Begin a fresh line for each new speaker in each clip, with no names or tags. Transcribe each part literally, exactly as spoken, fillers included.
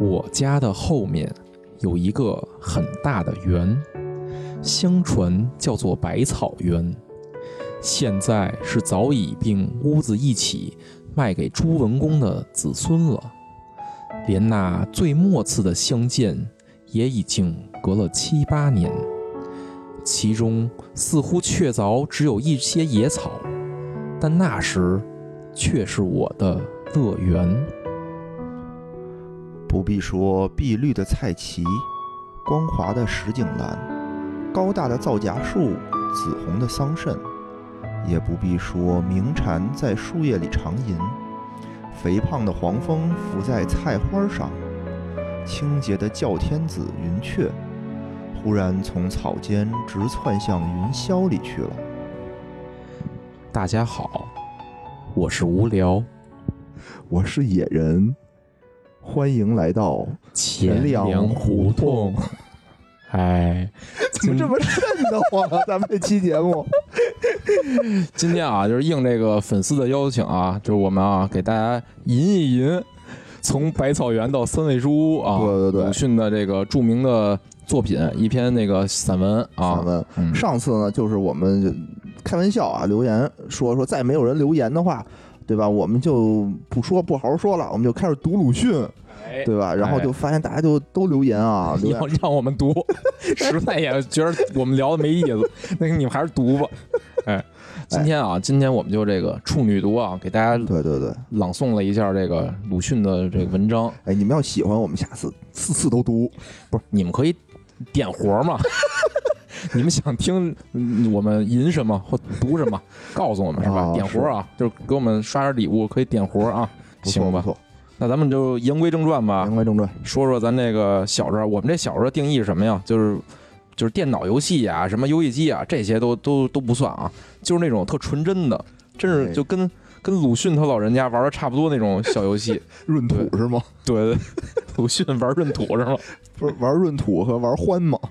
我家的后面有一个很大的园，相传叫做百草园，现在是早已并屋子一起卖给朱文公的子孙了。连那最末次的相见也已经隔了七八年，其中似乎确凿只有一些野草，但那时却是我的乐园。
不必说碧绿的菜畦，光滑的石井栏，高大的皂荚树，紫红的桑葚，也不必说鸣蝉在树叶里长吟，肥胖的黄蜂伏在菜花上，清洁的叫天子云雀忽然从草间直窜向云霄里去了。
大家好，我是无聊，
我是野人，欢迎来到
钱粮胡同。哎，
怎么这么瘆得慌啊？咱们这期节目
今天啊，就是应这个粉丝的邀请啊，就是我们啊给大家吟一吟，从百草园到三味书屋啊，
对对对，
鲁迅的这个著名的作品，一篇那个散文啊。
散文、
嗯、
上次呢，就是我们开玩笑啊，留言说说再没有人留言的话，对吧？我们就不说不好好说了，我们就开始读鲁迅。对吧？然后就发现大家就都留言啊，
要、哎、让我们读，实在也觉得我们聊的没意思，那个你们还是读吧。哎，今天啊，今天我们就这个处女读啊，给大家
对对对
朗诵了一下这个鲁迅的这个文章。
哎，你们要喜欢，我们下次次次都读，
不是？你们可以点活嘛？你们想听我们吟什么或读什么，告诉我们是吧？啊、点活啊，就是给我们刷点礼物，可以点活啊，行吧？
不错。
那咱们就言归正传吧。
言归正传，
说说咱这个小时候，我们这小时候定义是什么呀？就是就是电脑游戏啊，什么游戏机啊，这些都都都不算啊，就是那种特纯真的，真是就跟、哎、跟鲁迅他老人家玩的差不多那种小游戏。
闰土是吗？
对对，鲁迅玩闰土是吗？
不是玩闰土和玩欢吗？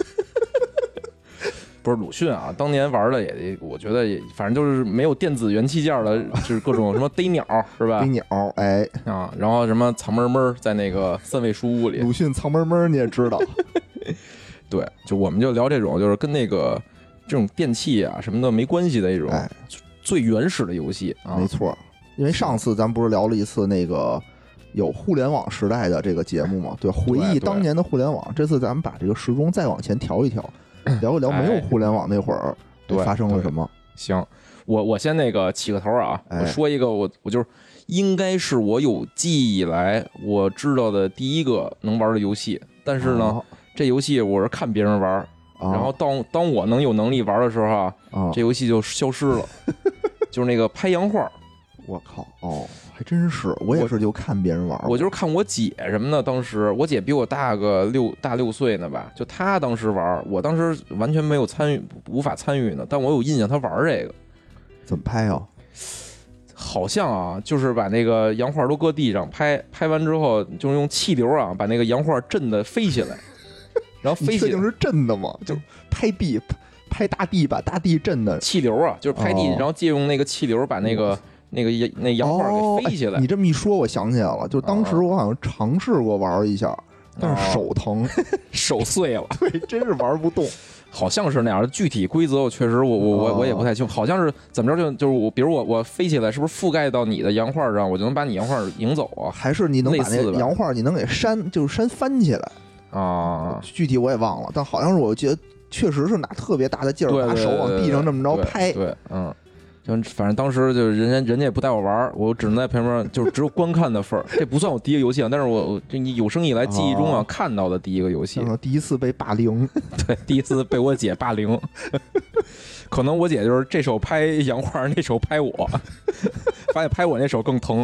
不是鲁迅啊，当年玩的也，我觉得也，反正就是没有电子元器件的，就是各种什么逮鸟是吧？
逮鸟，哎
啊，然后什么藏闷闷在那个三味书屋里。
鲁迅藏闷闷你也知道，
对，就我们就聊这种，就是跟那个这种电器啊什么的没关系的一种，
哎，
最原始的游戏啊，
没错。因为上次咱不是聊了一次那个有互联网时代的这个节目嘛？对，回忆当年的互联网。这次咱们把这个时钟再往前调一调。聊一聊没有互联网那会儿发生了什么？
行，我我先那个起个头啊，
哎、
我说一个我我就是应该是我有记忆以来我知道的第一个能玩的游戏，但是呢，哦、这游戏我是看别人玩，哦、然后当当我能有能力玩的时候啊，哦、这游戏就消失了，就是那个拍洋画。
我靠，哦，还真是，我也是就看别人玩我，
我就是看我姐什么的。当时我姐比我大个六大六岁呢吧，就她当时玩，我当时完全没有参与，无法参与呢。但我有印象，她玩这个
怎么拍啊？
好像啊，就是把那个洋画都搁地上拍，拍完之后就是用气流啊，把那个洋画震的飞起来，然后飞起来。
确定是震的吗？就拍地，拍大地，把大地震的
气流啊，就是拍地，哦、然后借用那个气流把那个。那个那洋画给飞起来、
哦哎，你这么一说，我想起来了，就当时我好像尝试过玩一下，哦、但是手疼，
手碎了，
对，真是玩不动。
好像是那样的，具体规则我确实我我我我也不太清楚，好像是怎么着就就是我，比如我我飞起来，是不是覆盖到你的洋画上，我就能把你洋画迎走啊？
还是你能把那洋画你能给扇，就是扇翻起来
啊？
具体我也忘了，但好像是我记得确实是拿特别大的劲儿，把手往地上这么着拍，
对，嗯。就反正当时就是人家人家也不带我玩，我只能在旁边，就是只有观看的份儿。这不算我第一个游戏啊，但是我这你有生以来记忆中啊、哦、看到的第一个游戏，
第一次被霸凌，
对，第一次被我姐霸凌。可能我姐就是这手拍洋画，那手拍我，发现拍我那手更疼。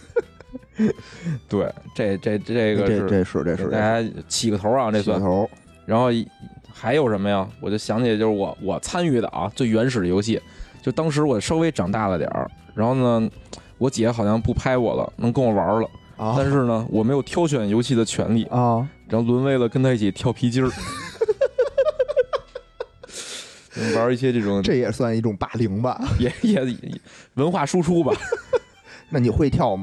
对，这这这个是
这这是这是
大家起个头啊，这算
头。
然后还有什么呀？我就想起就是我我参与的啊最原始的游戏。就当时我稍微长大了点儿，然后呢，我姐好像不拍我了，能跟我玩了，啊、但是呢，我没有挑选游戏的权利
啊，
然后沦为了跟她一起跳皮筋儿，玩一些这种，
这也算一种霸凌吧，
也也文化输出吧。
那你会跳吗？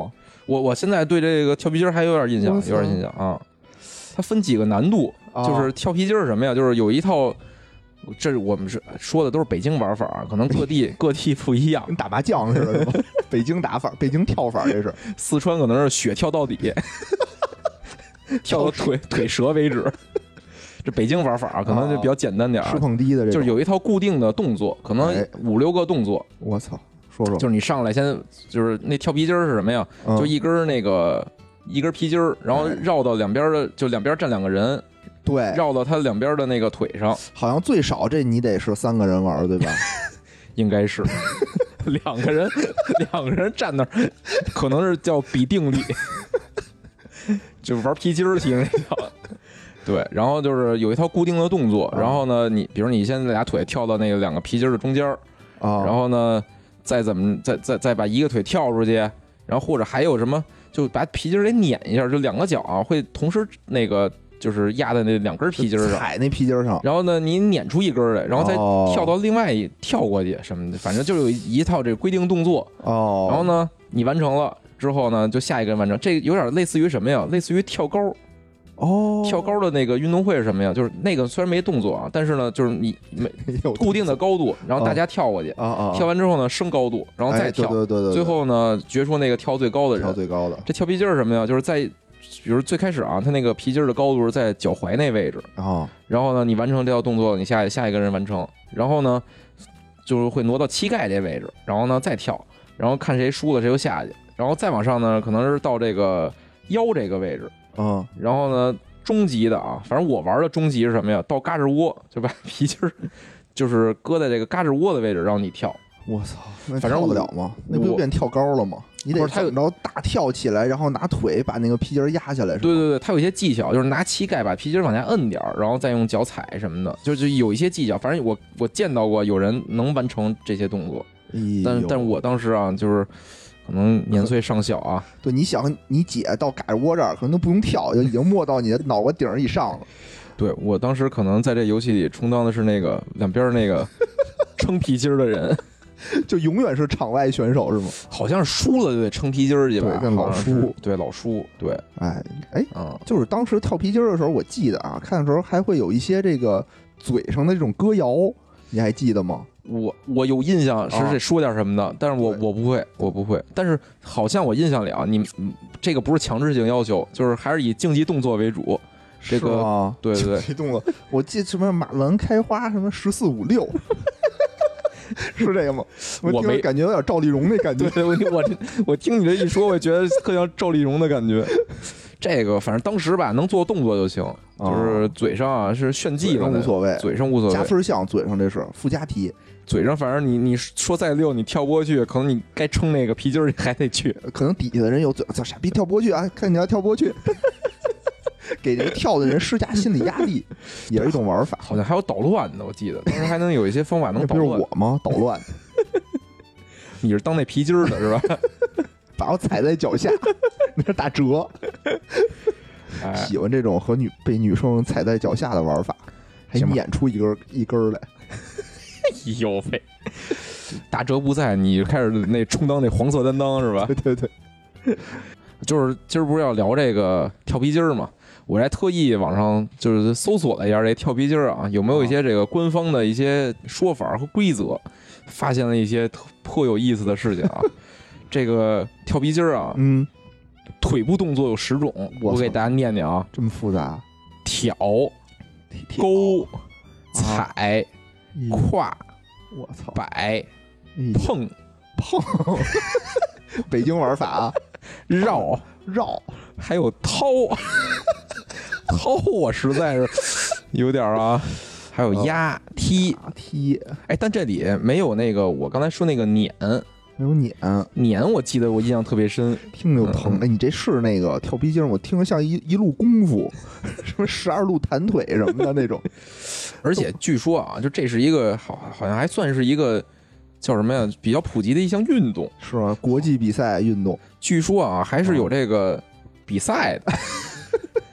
我我现在对这个跳皮筋还有点印象，有点印象啊。它分几个难度，就是跳皮筋是什么呀？就是有一套，这我们是说的都是北京玩法，可能各地各地不一样，
跟打麻将似的，是吧？北京打法，北京跳法，这是
四川可能是血跳到底，跳到腿腿折为止。这北京玩法可能就比较简单点，
石碰低的这种，
就是有一套固定的动作，可能五六个动作。
我操，说说，
就是你上来先就是那跳皮筋是什么呀？
嗯、
就一根那个。一根皮筋儿，然后绕到两边的，就两边站两个人，
对，
绕到他两边的那个腿上。
好像最少这你得是三个人玩，对吧？
应该是两个人，两个人站那儿，可能是叫比定力，就玩皮筋儿踢那叫。对，然后就是有一套固定的动作，然后呢，你比如你先俩腿跳到那个两个皮筋的中间儿，
啊，
然后呢，再怎么再再再把一个腿跳出去，然后或者还有什么？就把皮筋给碾一下，就两个脚啊会同时那个就是压在那两根皮筋上，
踩那皮筋上。
然后呢，你碾出一根来，然后再跳到另外一、哦、跳过去什么的，反正就有一套这个规定动作。
哦。
然后呢，你完成了之后呢，就下一个人完成。这有点类似于什么呀？类似于跳高。
哦。
跳高的那个运动会是什么呀？就是那个虽然没动作啊，但是呢，就是你没固定的高度，然后大家跳过去，
啊啊，
跳完之后呢升高度，然后再跳，
哎、对, 对, 对, 对, 对，
最后呢决出那个跳最高的人，
跳最高的。
这跳皮筋是什么呀？就是在比如最开始啊，他那个皮筋的高度是在脚踝那位置，
哦，
然后呢你完成这套动作，你下下一个人完成，然后呢就是会挪到膝盖这位置，然后呢再跳，然后看谁输了谁就下去，然后再往上呢可能是到这个腰这个位置，
嗯，
然后呢。中级的啊，反正我玩的中级是什么呀？到胳肢窝就把皮筋儿，就是搁在这个胳肢窝的位置让你跳。
我操，那
反正
跳得了吗？那不就变跳高了吗？你得怎么着大跳起来，然后拿腿把那个皮筋压下来。
对对对，它有一些技巧，就是拿膝盖把皮筋往下摁点，然后再用脚踩什么的，就是有一些技巧。反正我我见到过有人能完成这些动作，
哎、
但但我当时啊，就是。可能年岁尚小啊，
对，你想你姐到胳肢窝这儿，可能都不用跳，就已经没到你的脑瓜顶以上了。
对，我当时可能在这游戏里充当的是那个两边那个撑皮筋的人，
就永远是场外选手是吗？
好像是输了就得撑皮筋去吧，
对，跟老输，
对老输，对，
哎哎，
嗯，
就是当时跳皮筋的时候，我记得啊，看的时候还会有一些这个嘴上的这种歌谣，你还记得吗？
我我有印象是得说点什么的，啊、但是我我不会，我不会。但是好像我印象里啊，你这个不是强制性要求，就是还是以竞技动作为主。这个
啊，
对对对，
竞技动作，我记什么马兰开花什么十四五六，是这个吗？我听感觉有点赵丽蓉那感觉。
对，我我我听你这一说，我觉得特像赵丽蓉的感觉。这个反正当时吧，能做动作就行，就是嘴上啊是炫技了，
无所谓，
嘴上无所谓，
加分项嘴上这是附加题。
嘴上反正你你说再溜，你跳不过去，可能你该撑那个皮筋儿，你还得去。
可能底下的人有嘴，操傻逼跳不过去啊！看你要跳不过去，给这个跳的人施加心理压力，也是一种玩法。
好像还有捣乱的，我记得当时还能有一些方法能捣乱。
不是我吗？捣乱，
你是当那皮筋儿的是吧？
把我踩在脚下，那是打折。
哎、
喜欢这种和女被女生踩在脚下的玩法，还撵出一根一根来。
哎呦喂！打折不在，你开始那充当那黄色担当是吧？
对对对，
就是今儿不是要聊这个跳皮筋儿嘛？我还特意网上就是搜索了一下这跳皮筋儿啊，有没有一些这个官方的一些说法和规则？发现了一些颇有意思的事情啊。这个跳皮筋儿啊，
嗯，
腿部动作有十种，我, 我给大家念念啊。
这么复杂？
挑、勾、踩、
啊、
跨，
我操，
摆、碰、
碰，北京玩法啊，
绕
绕，
还有掏，掏我实在是有点啊。还有压、踢、
踢，
哎，但这里没有那个我刚才说那个撵。
没有撵
撵，我记得我印象特别深，
听着就疼。哎、嗯，你这是那个跳皮筋，我听着像一一路功夫，什么十二路弹腿什么的那种。
而且据说啊，就这是一个好，好像还算是一个叫什么呀，比较普及的一项运动，
是啊，国际比赛运动。
据说啊，还是有这个比赛的，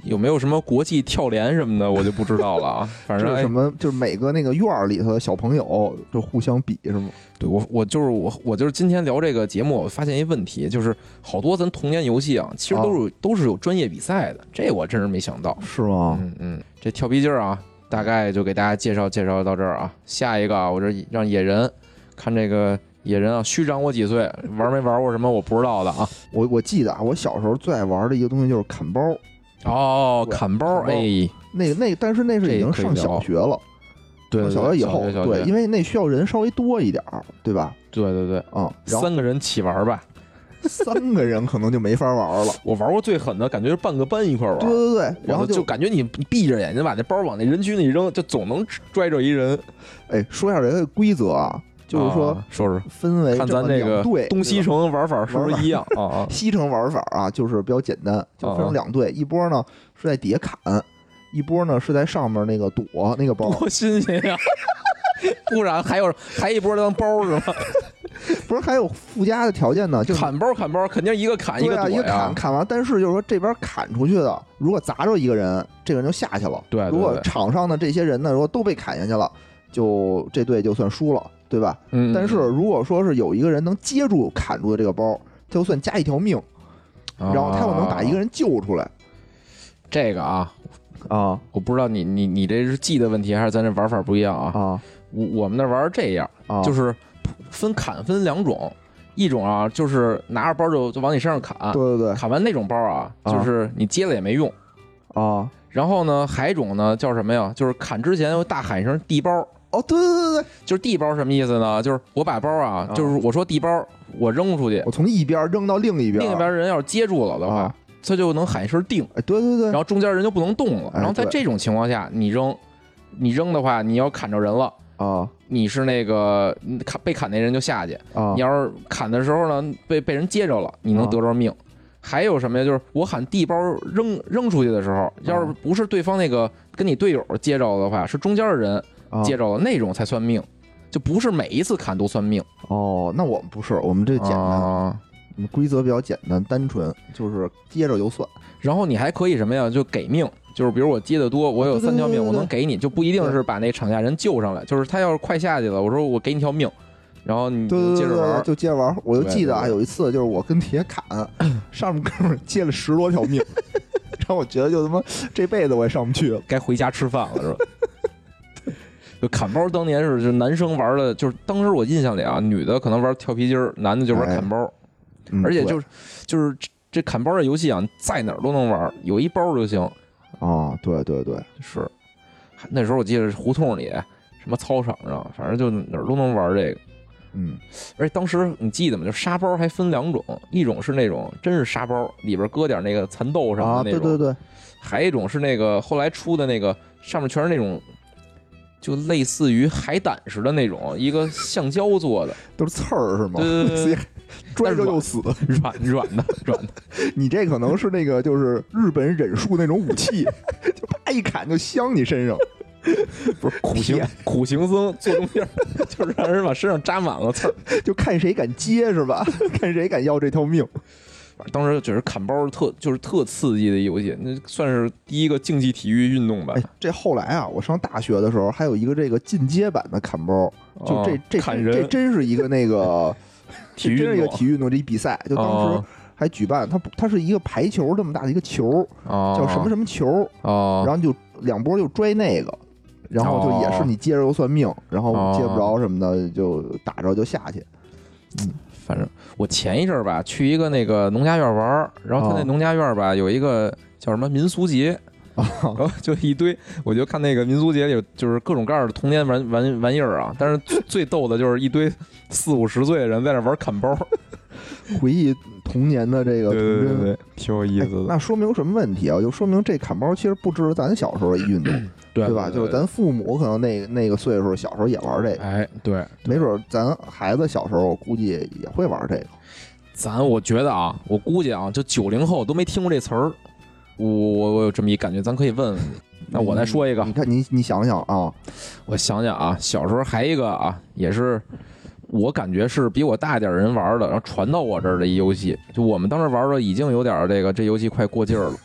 有没有什么国际跳联什么的，我就不知道了啊。反正
什么就是每个那个院儿里头的小朋友就互相比是吗？
对我我就是我我就是今天聊这个节目，我发现一问题，就是好多咱童年游戏啊，其实都是、啊、都是有专业比赛的，这我真是没想到。
是吗？
嗯嗯，这跳皮筋儿啊，大概就给大家介绍介绍到这儿啊。下一个啊，我这让野人看这个。野人啊，虚长我几岁，玩没玩过什么我不知道的啊。
我我记得啊，我小时候最爱玩的一个东西就是砍包。
哦，砍包，哎，
那个那个，但是那是已经上小学了。
对，
小学以后，对，因为那需要人稍微多一点，对吧？
对对对，
嗯，
三个人起玩吧。
三个人可能就没法玩了。
我玩过最狠的感觉是半个班一块玩。
对对对，然后
就, 就感觉你闭着眼睛把那包往那人群里扔，就总能拽着一人。
哎，说一下这个规则啊。就是说，
啊、说说
分为
看咱那个
队，
东西城玩法是不是一样啊？啊，
西城玩法啊，就是比较简单，就分成两队，一波呢是在底下砍，一波呢是在上面那个躲那个包。
多新鲜呀！不然还有还一波当包是吗？
不是还有附加的条件呢？就
砍包砍包，肯定一个砍一个躲呀，
啊、一个砍砍完，但是就是说这边砍出去的，如果砸着一个人，这个人就下去了。
对, 对, 对，
如果场上的这些人呢，如果都被砍下去了，就这队就算输了。对吧？
嗯，
但是如果说是有一个人能接住砍住的这个包，他就算加一条命，
啊、
然后他又能把一个人救出来。
这个啊
啊，
我不知道你你你这是记的问题，还是咱这玩法不一样啊？
啊，
我我们那玩这样，
啊、
就是分砍分两种，一种啊就是拿着包就就往你身上砍，
对对对，
砍完那种包啊，就是你接了也没用
啊。
然后呢，还一种呢叫什么呀？就是砍之前大喊一声递包。
哦，对对对对，
就是递包什么意思呢？就是我把包啊，啊就是我说递包，我扔出去，
我从一边扔到另一边，
另一边人要是接住了的话，啊、他就能喊一声定。
哎，对对对，
然后中间人就不能动了。
哎、
然后在这种情况下，你扔，你扔的话，你要砍着人了
啊，
你是那个砍被砍那人就下去
啊。
你要是砍的时候呢，被被人接着了，你能得着命。啊、还有什么呀？就是我喊递包扔扔出去的时候，要是不是对方那个跟你队友接着的话，是中间的人。接着了那种才算命，就不是每一次砍都算命。
哦，那我们不是，我们这简单，
啊、
我们规则比较简单单纯，就是接着就算。
然后你还可以什么呀？就给命，就是比如我接的多，我有三条命，我能给你，就不一定是把那场下人救上来，就是他要是快下去了，我说我给你条命，然后你接着玩，
就接着玩。我就记得啊，有一次就是我跟铁砍，上面哥们接了十多条命，然后我觉得就他妈这辈子我也上不去了，
该回家吃饭了是吧？就砍包当年是就男生玩的，就是当时我印象里啊，女的可能玩跳皮筋儿，男的就玩砍包，
哎嗯、
而且就是就是这砍包的游戏啊，在哪儿都能玩，有一包就行。
啊，对对对，
是。那时候我记得是胡同里、什么操场上，反正就哪儿都能玩这个。
嗯，
而且当时你记得吗？就沙包还分两种，一种是那种真是沙包，里边搁点那个蚕豆什么的那种，
啊、对对对，
还一种是那个后来出的那个，上面全是那种。就类似于海胆似的那种，一个橡胶做的，
都是刺儿是吗？
对对对，
拽着就死，
软软的软的。
你这可能是那个就是日本忍术那种武器，就啪一砍就镶你身上。
不是苦行苦行僧坐中间，就是让人把身上扎满了刺儿，
就看谁敢接是吧？看谁敢要这条命。
当时觉得砍包特就是特刺激的游戏，那算是第一个竞技体育运动吧。
哎，这后来啊，我上大学的时候还有一个这个进阶版的砍包，就这、哦、这
砍人，
这真是一个那个
体育，
真是一个体育运动这一比赛，就当时还举办，它它是一个排球这么大的一个球，
哦、
叫什么什么球，
哦、
然后就两波就拽那个，然后就也是你接着就算命，然后接不着什么的就打着就下去，嗯。
反正我前一阵儿吧，去一个那个农家院玩，然后他那农家院吧有一个叫什么民俗节，
然
后就一堆，我就看那个民俗节里就是各种各样的童年玩玩玩意儿啊，但是最逗的就是一堆四五十岁的人在那玩砍包，
回忆童年的这个童
真，对对对，挺有意思的、哎。
那说明什么问题啊？就说明这砍包其实不只是咱小时候的运动。
对,
对吧？就是咱父母可能那那个岁数，小时候也玩这个。
哎，对，
没准咱孩子小时候，我估计也会玩这个。
咱我觉得啊，我估计啊，就九零后都没听过这词儿。我我我有这么一感觉，咱可以问问。那我再说一个，
你看你你想想啊，
我想想啊，小时候还一个啊，也是我感觉是比我大点人玩的，然后传到我这儿的一游戏。就我们当时玩的已经有点这个，这游戏快过劲儿了。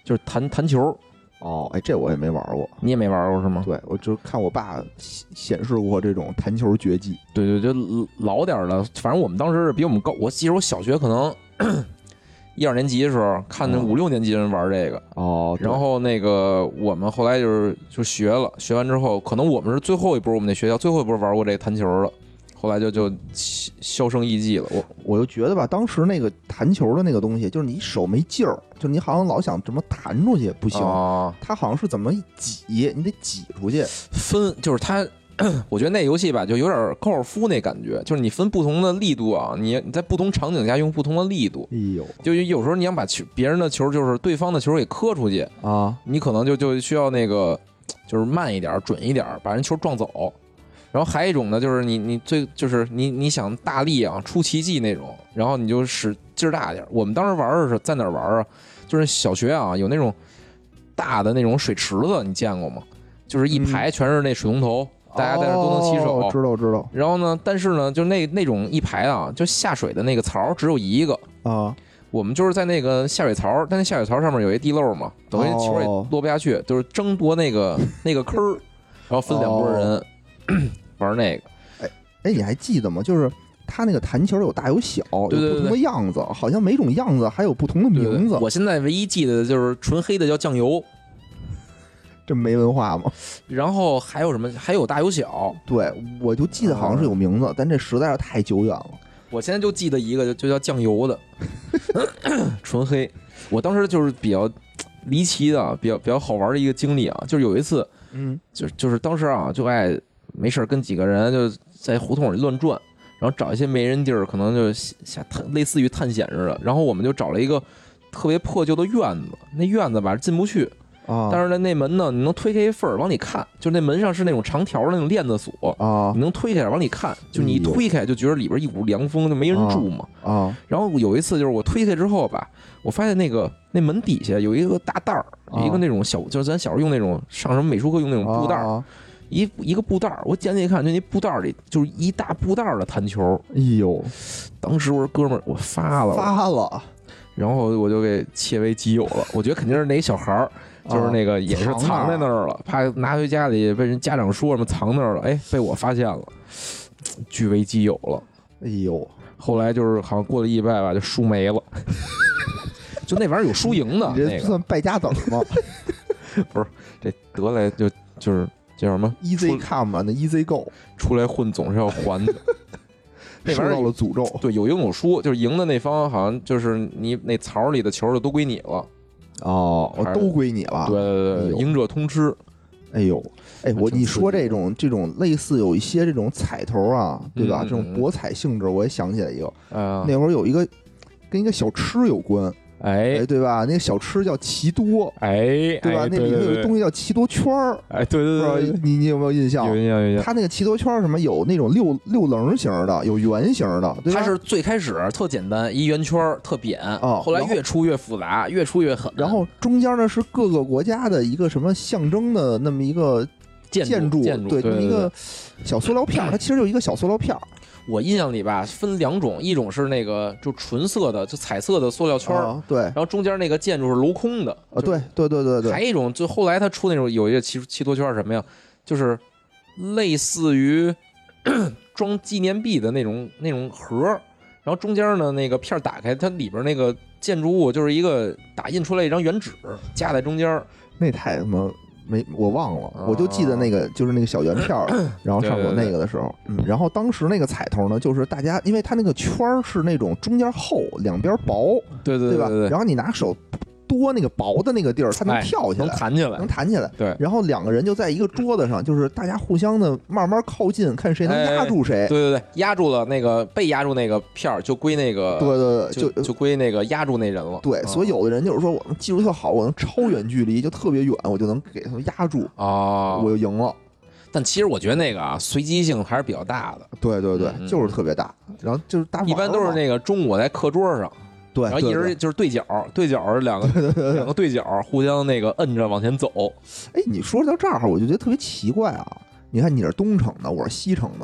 就是弹弹球。
哦，哎，这我也没玩过，
你也没玩过是吗？
对，我就看我爸显示过这种弹球绝技。
对对，就老点的，反正我们当时比我们高。我记得我小学可能一二年级的时候看那五六年级人玩这个
哦，
然后那个我们后来就是就学了，学完之后，可能我们是最后一波，我们那学校最后一波玩过这个弹球的。后来就就销声匿迹了。
我我就觉得吧，当时那个弹球的那个东西，就是你手没劲儿，就是你好像老想怎么弹出去不行，
哦、
它好像是怎么一挤，你得挤出去。
分就是它，我觉得那游戏吧，就有点高尔夫那感觉，就是你分不同的力度啊，你你在不同场景下用不同的力度。
哎呦，
就有时候你想把球别人的球，就是对方的球给磕出去
啊，
你可能就就需要那个就是慢一点、准一点，把人球撞走。然后还有一种呢，就是你你最就是你你想大力啊出奇迹那种，然后你就使劲儿大一点。我们当时玩的是在哪儿玩啊？就是小学啊，有那种大的那种水池子，你见过吗？就是一排全是那水龙头，嗯、大家在那都能洗手。
哦、知道知道。
然后呢，但是呢，就那那种一排啊，就下水的那个槽只有一个
啊。
我们就是在那个下水槽，但那下水槽上面有一地漏嘛，等于球也落不下去，哦、就是争夺那个那个坑儿，然后分两拨人。哦玩那个，
哎哎，你还记得吗？就是它那个弹球有大有小，
对对对，
有不同的样子，好像每种样子还有不同的名字。
对对对，我现在唯一记得的就是纯黑的叫酱油，
这没文化吗？
然后还有什么？还有大有小。
对，我就记得好像是有名字，嗯、但这实在是太久远了。
我现在就记得一个，就就叫酱油的，纯黑。我当时就是比较离奇的、比较比较好玩的一个经历啊，就是有一次，
嗯，
就就是当时啊，就爱。没事跟几个人就在胡同里乱转，然后找一些没人地儿，可能就下探类似于探险似的。然后我们就找了一个特别破旧的院子，那院子吧进不去
啊，
但是呢那门呢你能推开一份儿往里看，就那门上是那种长条的那种链子锁
啊，
你能推开往里看，就你一推开就觉得里边一股凉风，就没人住嘛
啊。
然后有一次就是我推开之后吧，我发现那个那门底下有一个大袋儿，有一个那种小，就是咱小时候用那种上什么美术课用那种布袋儿。啊一一个布袋我捡起一看，就那布袋里就是一大布袋的弹球。
哎呦，
当时我说哥们儿，我发了，
发了，
然后我就给窃为己有了。我觉得肯定是哪小孩儿，就是那个也是藏在那儿了，怕拿回家里被人家长说什么藏那儿了，哎，被我发现了，据为己有了。
哎呦，
后来就是好像过了一礼拜吧，就输没了。就那玩意儿有输赢的，
你这算败家子吗？
不是，这得来就就是。叫什么
？Easy come 啊，那 Easy go，
出来混总是要还的。
受到了诅咒。
对，有赢有输，就是赢的那方好像就是你那槽里的球就都归你了。
哦，都归你了。
对对对，赢者通吃。
哎呦，哎，我你说这种这种类似有一些这种彩头啊，对吧？
嗯、
这种博彩性质，我也想起来一个。
嗯、
那会儿有一个跟一个小吃有关。
哎，
对吧？那个小吃叫奇多，
哎，
对吧？
哎、
那里头有一东西叫奇多圈儿，
哎，对对对，
不知道你你有没有印象？
有印象，有印象。
它那个奇多圈什么有那种六六棱形的，有圆形的，对吧？
它是最开始特简单，一圆圈特扁，
哦，
后来越出越复杂，越出越狠。
然后中间呢是各个国家的一个什么象征的那么一个
建筑，
建筑，对，
对对对
一个小塑料片，它其实就一个小塑料片。
我印象里吧，分两种，一种是那个就纯色的，就彩色的塑料圈、
啊、对，然
后中间那个建筑是镂空的，
啊，对对对对对。
还一种，就后来他出那种有一个奇奇多圈是什么呀？就是类似于装纪念币的那种那种盒，然后中间呢那个片打开，它里边那个建筑物就是一个打印出来一张原纸，夹在中间，
那太他妈。没，我忘了，我就记得那个就是那个小圆片然后上有那个的时候，嗯，然后当时那个彩头呢，就是大家，因为它那个圈是那种中间厚，两边薄，
对对
对吧？
对，
然后你拿手多那个薄的那个地儿，它能跳起来，
能弹起来，
能弹起来。
对，
然后两个人就在一个桌子上，就是大家互相的慢慢靠近，看谁能压住谁。
对对对，压住了那个被压住那个片儿，就归那个，
对对对，
就就归那个压住那人了。
对，所以有的人就是说我技术特好，我能超远距离就特别远，我就能给他们压住
啊，
我就赢了。
但其实我觉得那个啊，随机性还是比较大的。
对对对，
嗯、
就是特别大。然后就是打
一般都是那个中午在课桌上。
对，
然后一人就是对角，对角两个两个对角互相那个摁着往前走。
哎，你说到这儿，我就觉得特别奇怪啊！你看你是东城的，我是西城的，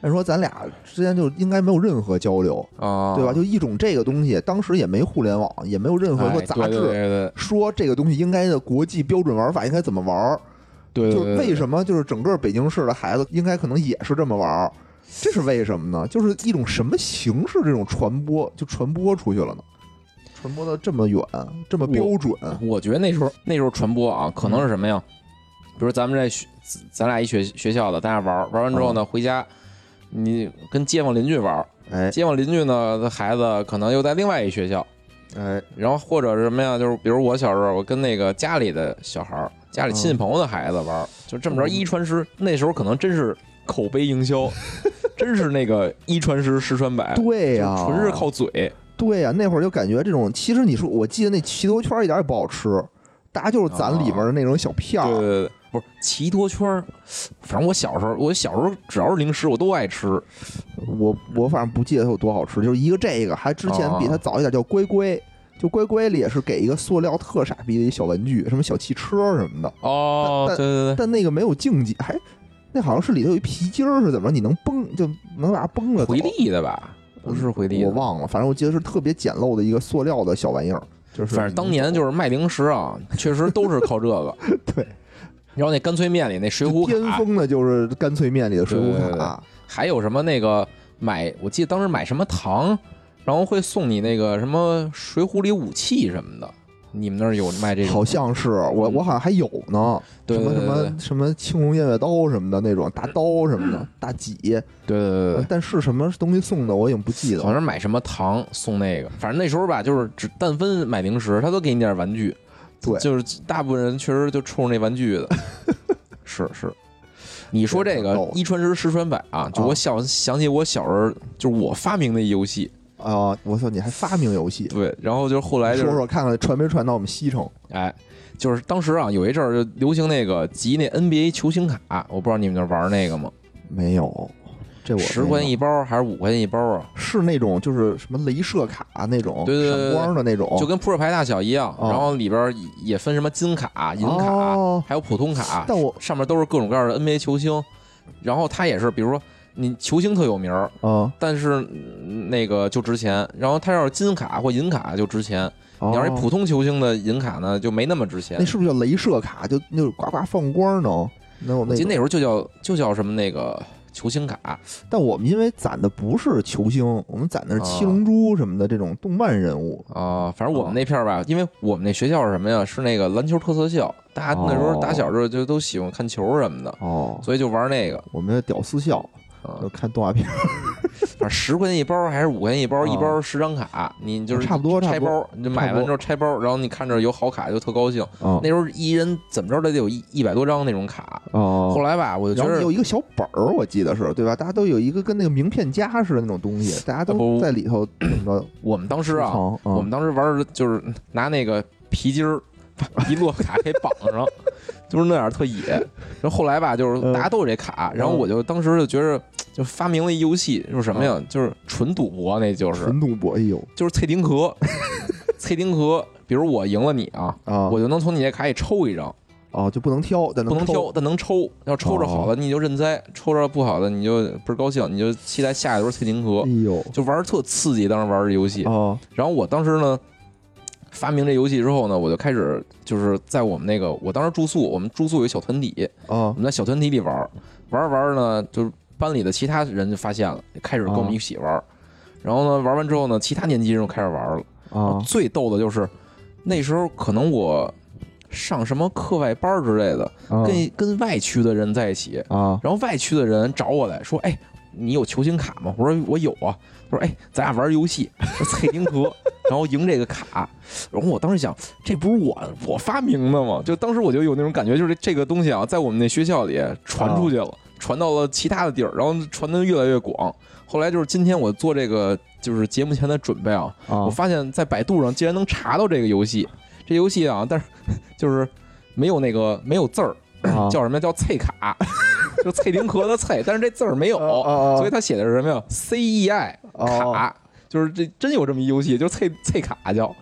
按说咱俩之间就应该没有任何交流
啊，
对吧？就一种这个东西，当时也没互联网，也没有任何一个杂志、
哎、对对对对
说这个东西应该的国际标准玩法应该怎么玩。
对， 对， 对，
就为什么就是整个北京市的孩子应该可能也是这么玩，这是为什么呢？就是一种什么形式这种传播就传播出去了呢？传播的这么远，这么标准。
我, 我觉得那时候那时候传播啊，可能是什么呀？嗯、比如咱们这咱俩一学学校的，咱俩玩玩完之后呢，嗯、回家你跟街坊邻居玩，
哎，
街坊邻居呢的孩子可能又在另外一学校，
哎，
然后或者是什么呀？就是比如我小时候，我跟那个家里的小孩、家里亲戚朋友的孩子玩，嗯、就这么着一传十。那时候可能真是口碑营销，真是那个一传十，十传百。
对呀、啊，
纯是靠嘴。
对呀、啊，那会儿就感觉这种，其实你说，我记得那奇多圈一点也不好吃，大家就是攒里面的那种小片儿。
对对对，不是奇多圈，反正我小时候，我小时候只要是零食我都爱吃。
我我反正不记得它有多好吃，就是一个这个，还之前比它早一点叫乖乖，就乖乖里也是给一个塑料特傻逼的一小玩具，什么小汽车什么的。
哦，对对对，
但那个没有竞技，还那好像是里头有一皮筋儿是怎么着？你能崩就能把它崩了。
回力的吧？不是回力，
我忘了，反正我记得是特别简陋的一个塑料的小玩意儿，就是
反正当年就是卖零食啊，确实都是靠这个。
对，
然后那干脆面里那水浒卡，
巅峰的就是干脆面里的水浒卡，
对对对，还有什么那个买，我记得当时买什么糖，然后会送你那个什么水浒里武器什么的。你们那儿有卖这种？
好像是我，我好像还有呢。
对对对对，
什么什么什么青龙偃月刀什么的那种大刀什么的，大戟。
对对对对。
但是什么东西送的我已经不记得了。
好像买什么糖送那个，反正那时候吧，就是只但分买零食，他都给你点玩具。
对，
就是大部分人确实就冲那玩具的。是是。你说这个一传十，十传百啊，就我想想起我小时候，就是我发明的一游戏。
啊、呃！我操，你还发明游戏？
对，然后就后来、就是、
说说看看传没传到我们西城？
哎，就是当时啊，有一阵儿就流行那个集那 N B A 球星卡，我不知道你们那玩那个吗？
没有，这我
十块钱一包还是五块钱一包啊？
是那种就是什么镭射卡那种，
对对对，
闪光的那种，
就跟扑克牌大小一样。哦、然后里边也分什么金卡、银卡，哦、还有普通卡，
但我
上面都是各种各样的 N B A 球星。然后它也是，比如说。你球星特有名儿，
嗯，
但是那个就值钱。然后他要是金卡或银卡就值钱，
哦、
你要是普通球星的银卡呢，就没那么值钱。
那是不是叫镭射卡？就那种呱呱放光能能有那？
我记得那时候就叫就叫什么那个球星卡。
但我们因为攒的不是球星，我们攒的是七龙珠什么的这种动漫人物
啊、呃。反正我们那片儿吧，因为我们那学校是什么呀？是那个篮球特色校，大家那时候打小就就都喜欢看球什么的
哦，
所以就玩那个。
我们的屌丝校。就看动画片，
反正十块钱一包还是五块钱一包，一包十张卡，你就是
差不多
拆包，你就买完之后拆包，然后你看着有好卡就特高兴。那时候一人怎么着得有一一百多张那种卡。后来吧，我就觉得
有一个小本儿，我记得是对吧？大家都有一个跟那个名片夹似的那种东西，大家都在里头怎么着？
我们当时啊，我们当时玩就是拿那个皮筋儿。把一摞卡给绑上，就是那样特野。然后后来吧，就是大家都有这卡，然后我就当时就觉得，就发明了一游戏，就是什么呀？就是纯赌博，那就是
纯赌博。哎呦，
就是脆丁壳，脆丁壳。比如我赢了你啊，
啊，
我就能从你这卡里抽一张。
哦，就不能挑，但能
不能挑，但能抽。要抽着好的，你就认栽；抽着不好的，你就不是高兴，你就期待下一轮脆丁壳。
哎呦，
就玩特刺激，当时玩这游戏。
哦，
然后我当时呢。发明这游戏之后呢，我就开始就是在我们那个，我当时住宿，我们住宿有小团体，
哦，
我们在小团体里玩，玩玩呢，就是班里的其他人就发现了，开始跟我们一起玩，哦、然后呢，玩完之后呢，其他年级人就开始玩了。
哦、
最逗的就是那时候可能我上什么课外班之类的，
哦、
跟跟外区的人在一起，
哦、
然后外区的人找我来说，哎，你有球星卡吗？我说我有啊。他说：“哎，咱俩玩游戏，脆丁壳，然后赢这个卡。”然后我当时想，这不是我我发明的吗？就当时我就有那种感觉，就是这个东西啊，在我们那学校里传出去了，传到了其他的地儿，然后传得越来越广。后来就是今天我做这个就是节目前的准备啊，我发现在百度上竟然能查到这个游戏。这游戏啊，但是就是没有那个没有字儿，叫什么叫脆卡。就脆丁壳的脆，但是这字儿没有，
哦、
所以他写的是什么呀 ？C E I 卡，哦、就是这真有这么一游戏，就是脆脆卡叫。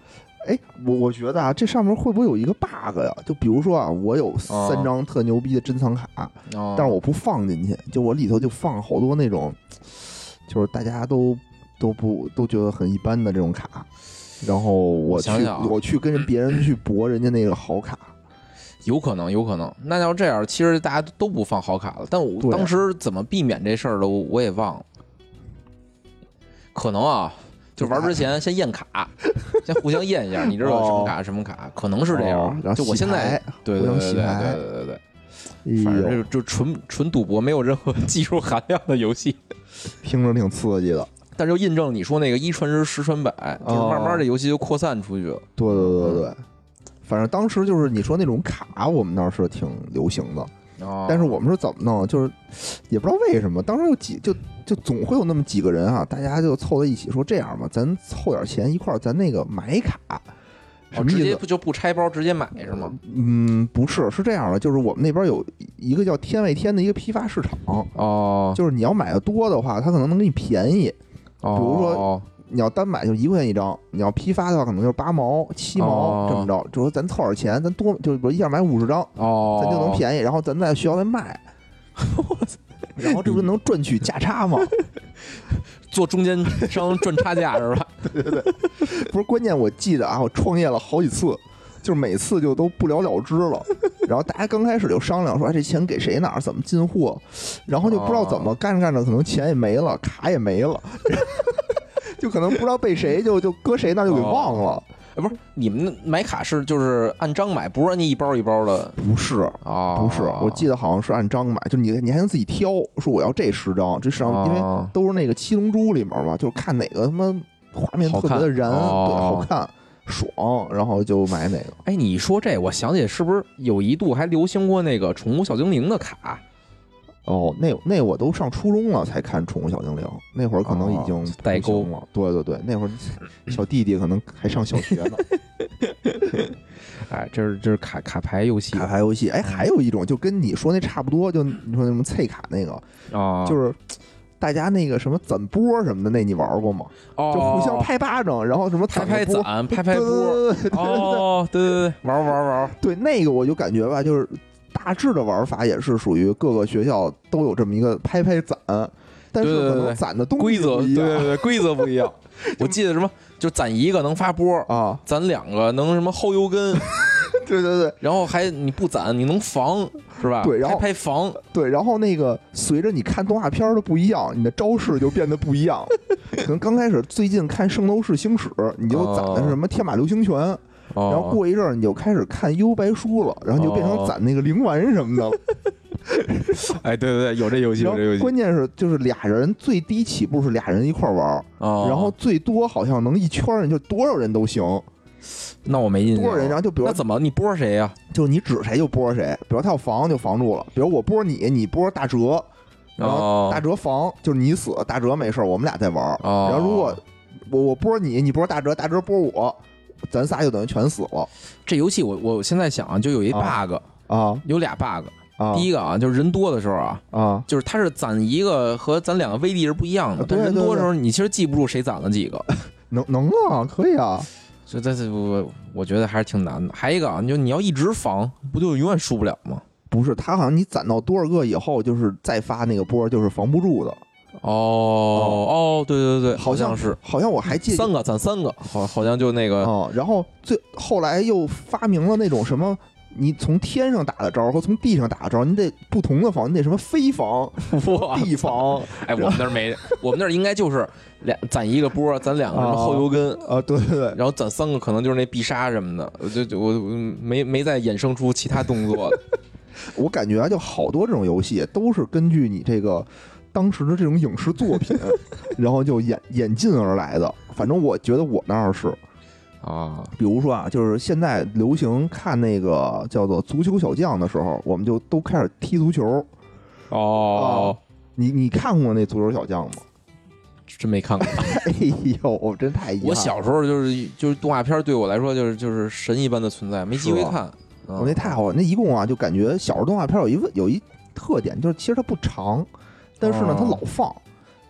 哎，我我觉得啊，这上面会不会有一个 bug 呀？就比如说啊，我有三张特牛逼的珍藏卡，
哦、
但是我不放进去，就我里头就放好多那种，就是大家都都不都觉得很一般的这种卡，然后我去
想想、啊、
我去跟人别人去博人家那个好卡。
有可能，有可能。那要这样，其实大家都不放好卡了。但我当时怎么避免这事儿的，我也忘了。可能啊，就玩之前先验卡，先互相验一下，你知道什么卡、哦、什么卡，可能是这样。
哦、然后
就我现在，对对对对对对对对，反正就就纯纯赌博，没有任何技术含量的游戏，
听着挺刺激的。
但是就印证你说那个一传十，十传百，就是慢慢这游戏就扩散出去了。
对对对对。反正当时就是你说那种卡，我们那儿是挺流行的，哦、但是我们是怎么弄？就是也不知道为什么，当时有几就就总会有那么几个人啊，大家就凑在一起说这样吧，咱凑点钱一块儿，咱那个买卡，什么意思？
哦、直接不就不拆包直接买是吗？
嗯，不是，是这样的，就是我们那边有一个叫天外天的一个批发市场
哦，
就是你要买的多的话，它可能能给你便宜，
哦、
比如说。你要单买就一块钱一张，你要批发的话可能就是八毛、七毛、哦、这么着。就说咱凑点钱，咱多就比如一下买五十张，
哦，
咱就能便宜，然后咱在学校再卖，然后这不是能赚取价差吗？
做中间商赚差价是吧？
对对对，不是关键，我记得啊，我创业了好几次，就是每次就都不了了之了。然后大家刚开始就商量说，哎，这钱给谁哪儿怎么进货，然后就不知道怎么干着干着，可能钱也没了，卡也没了。就可能不知道被谁就就搁谁那就给忘了，
哎，不是你们买卡是就是按张买，不是按你一包一包的？
不是啊，不是，我记得好像是按张买，就你你还能自己挑，说我要这十张，这十张，因为都是那个七龙珠里面嘛，就是看哪个他妈画面特别的燃，对，好看爽，然后就买哪个。
哎，你说这，我想起是不是有一度还流行过那个宠物小精灵的卡？
哦，那那我都上初中了才看《宠物小精灵》，那会儿可能已经
代沟
了。对对对，那会儿小弟弟可能还上小学呢。
哎，这是这是卡卡牌游戏，
卡牌游戏。哎，还有一种就跟你说那差不多，就你说那什么脆卡那个
啊，
就是大家那个什么攒波什么的，那你玩过吗？
哦，
就互相拍巴掌，然后什么
拍拍攒、拍拍波。
哦，
对对对，玩玩玩。
对，那个我就感觉吧，就是。大致的玩法也是属于各个学校都有这么一个拍拍攒，但是可能攒的东西
规则对对对规则不一样。我记得什么，就攒一个能发波
啊，
攒两个能什么后油根，
对对对，
然后还你不攒你能防是吧？
对，然后
拍拍防，
对，然后那个随着你看动画片的不一样，你的招式就变得不一样。可能刚开始最近看《圣斗士星矢》，你就攒的是什么天马流星拳。
哦、
然后过一阵儿你就开始看幽白书了，然后你就变成攒那个灵丸什么的了。
哦、哎，对对对，有这游戏，有这游戏。
关键是就是俩人最低起步是俩人一块玩，
哦、
然后最多好像能一圈人，就多少人都行。
那我没印象。
多少人？然后就比如
那怎么你拨谁呀、啊？
就你指谁就拨谁。比如他要防就防住了，比如我拨你，你拨大哲，然后大哲防，就是你死，大哲没事，我们俩在玩。
哦、
然后如果我我拨你，你拨大哲，大哲拨我。咱仨就等于全死了。
这游戏我我现在想啊，就有一 bug
啊，
有俩 bug
啊。
第一个啊，就是人多的时候啊，
啊，
就是它是攒一个和咱两个威力是不一样的。
但
人多的时候，你其实记不住谁攒了几个。
能能啊，可以啊。
所以这这我我觉得还是挺难的。还一个啊，就你要一直防，不就永远输不了吗？
不是，他好像你攒到多少个以后，就是再发那个波，就是防不住的。
哦哦，对对对，
好
像是，
好像我还记
三个，攒三个，好，好像就那个
哦。然后最后来又发明了那种什么，你从天上打的招和从地上打的招，你得不同的防，你得什么飞防、地防。
哎，我们那儿没，我们那儿应该就是两攒一个波，攒两个什么后油根
啊，对对对，
然后攒三个可能就是那必杀什么的。我就我没没再衍生出其他动作的。
我感觉啊，就好多这种游戏都是根据你这个。当时的这种影视作品，然后就演演进而来的。反正我觉得我那儿是
啊，
比如说啊，就是现在流行看那个叫做足球小将的时候，我们就都开始踢足球。
哦，
啊、你你看过那足球小将吗？
真没看过。
哎呦，我真太遗憾了。
我小时候就是就是动画片对我来说就是就是神一般的存在，没机会看。
我、嗯、那太好了，那一共啊就感觉小时候动画片有一有一特点，就是其实它不长。但是呢，它老放，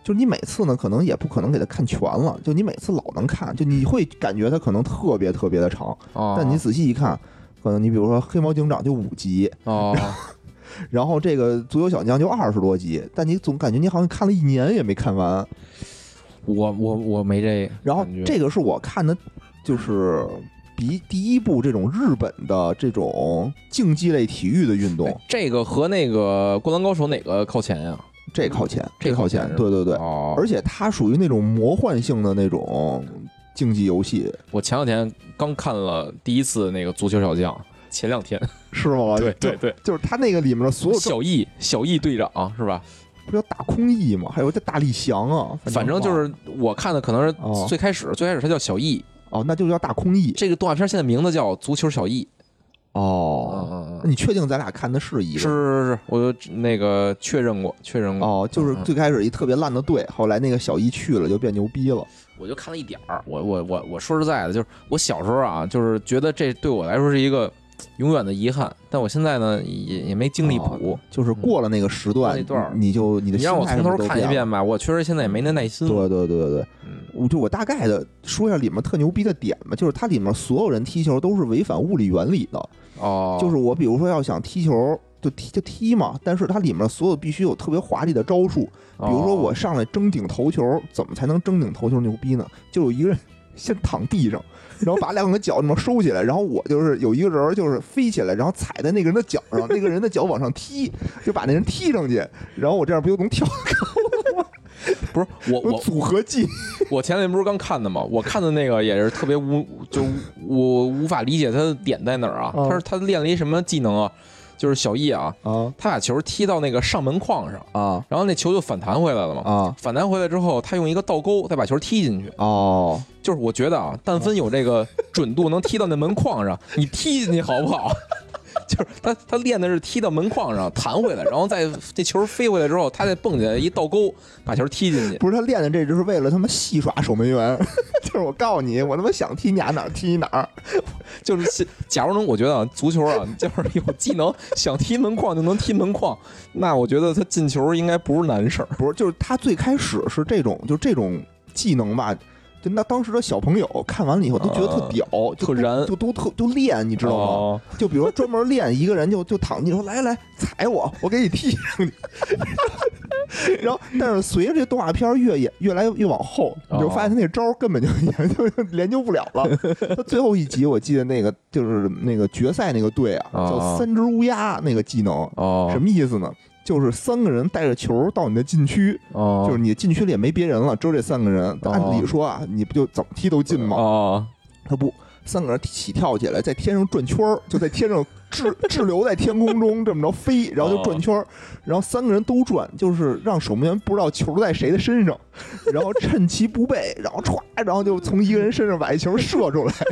就是你每次呢，可能也不可能给它看全了，就你每次老能看，就你会感觉它可能特别特别的长，
哦、
但你仔细一看，可能你比如说黑猫警长就五集
哦，
然后这个足球小将就二十多集，但你总感觉你好像看了一年也没看完。
我我我没这，
然后这个是我看的，就是比第一部这种日本的这种竞技类体育的运动，
这个和那个《灌篮高手》哪个靠前呀？
这靠前，
这
靠前，对对对，
哦，
而且它属于那种魔幻性的那种竞技游戏。
我前两天刚看了第一次那个足球小将，前两天
是吗？
对对对，
就是他那个里面的所有
小易小易队长是吧？
不叫大空翼吗？还有叫大力翔啊，
反正就是我看的可能是最开始，哦、最开始他叫小易
哦，那就叫大空翼。
这个动画片现在名字叫足球小易。
哦，嗯、那你确定咱俩看的是一个？
是是是，我就那个确认过，确认过。
哦，就是最开始一特别烂的队，后来那个小易去了就变牛逼了。
我就看了一点儿，我我我我说实在的，就是我小时候啊，就是觉得这对我来说是一个永远的遗憾，但我现在呢也也没精力补、
哦，就是过了那个时段，
那段
你就你的
你让我从头看一遍吧，我确实现在也没那耐心。
对对对对对，嗯，就我大概的说一下里面特牛逼的点吧，就是它里面所有人踢球都是违反物理原理的。
哦，
就是我比如说要想踢球就踢就踢嘛，但是它里面所有必须有特别华丽的招数，比如说我上来争顶头球，怎么才能争顶头球牛逼呢？就有一个人先躺地上，然后把两个脚那么收起来，然后我就是有一个人就是飞起来，然后踩在那个人的脚上，那个人的脚往上踢，就把那人踢上去，然后我这样不就能跳高吗？
不是我我
组合技，
我前两天不是刚看的吗？我看的那个也是特别无，就我无法理解他的点在哪儿啊？
嗯、
他是他练了一什么技能啊？就是小易啊，
啊，
他把球踢到那个上门框上
啊，
然后那球就反弹回来了嘛
啊，
反弹回来之后，他用一个倒钩再把球踢进去。
哦，
就是我觉得啊，但凡有这个准度能踢到那门框上，你踢进去好不好？就是他他练的是踢到门框上弹回来，然后再这球飞回来之后，他再蹦起来一倒钩把球踢进去。
不是他练的这就是为了他妈戏耍守门员，就是我告诉你，我他妈想踢你哪哪踢哪儿。
就是假如能，我觉得啊，足球啊，就是有技能想踢门框就能踢门框，那我觉得他进球应该不是难事儿。
不是，就是他最开始是这种，就这种技能吧。就那当时的小朋友看完了以后都觉得特屌，呃、
特燃，
就都特就练，你知道吗？
哦、
就比如说专门练一个人就就躺地说来来踩我，我给你踢上去。然后，但是随着这动画片越演越来越往后，你就发现他那招根本就研究研究不了了。他最后一集我记得那个就是那个决赛那个队啊，
哦、
叫三只乌鸦那个技能，
哦、
什么意思呢？就是三个人带着球到你的禁区，
哦、
就是你禁区里也没别人了，只有这三个人。
哦、
按理说啊，你不就怎么踢都进吗？
哦，
他不，三个人起跳起来，在天上转圈儿，就在天上滞滞留在天空中这么着飞，然后就转圈儿，然后三个人都转，就是让守门员不知道球在谁的身上，然后趁其不备，然后歘，然后就从一个人身上把一球射出来。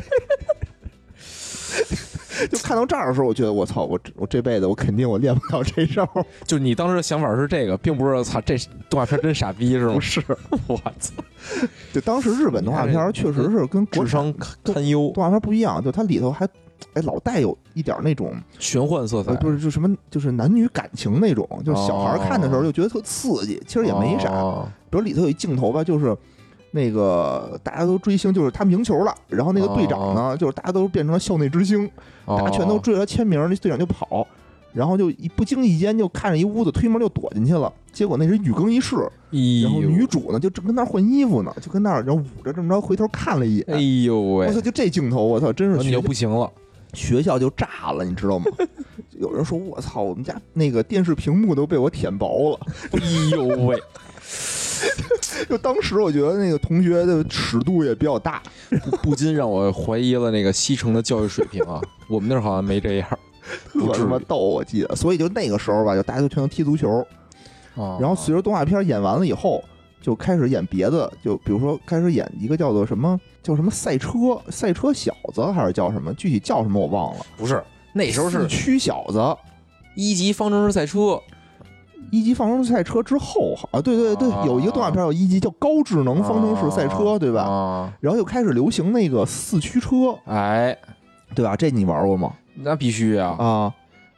就看到这儿的时候，我觉得我操，我我这辈子我肯定我练不了这招。
就你当时的想法是这个，并不是操这动画片真傻逼是吗？
不是，
我操！
就当时日本动画片确实是跟
智商堪忧，
动画片不一样，就它里头还哎老带有一点那种
玄幻色彩，
不是就什么就是男女感情那种，就是小孩看的时候就觉得特刺激，其实也没啥。
哦、
比如里头有一镜头吧，就是。那个大家都追星，就是他们赢球了，然后那个队长呢，哦、就是大家都变成了校内之星，
哦、
大家全都追着他签名，那队长就跑，然后就一不经意间就看着一屋子推门就躲进去了，结果那是女更衣室，然后女主呢就正跟那儿换衣服呢，就跟那儿然后捂着这么着回头看了一眼，
哎呦喂！
我操，就这镜头，我操，真是
你就不行了，
学校就炸了，你知道吗？有人说我操，我们家那个电视屏幕都被我舔薄了，
哎呦喂！
就当时我觉得那个同学的尺度也比较大，
不不禁让我怀疑了那个西城的教育水平啊。我们那儿好像没这样，
特他妈逗，我记得。所以就那个时候吧，就大家都全都踢足球。
哦、
然后随着动画片演完了以后，就开始演别的，就比如说开始演一个叫做什么叫什么赛车赛车小子，还是叫什么？具体叫什么我忘了。
不是，那时候是
驱小子，
一级方程式赛车。
一级方程式赛车之后啊，对对对，有一个动画片有一级叫高智能方程式赛车，对吧？
啊、
然后又开始流行那个四驱车，
哎，
对吧？这你玩过吗？
那必须啊！
啊，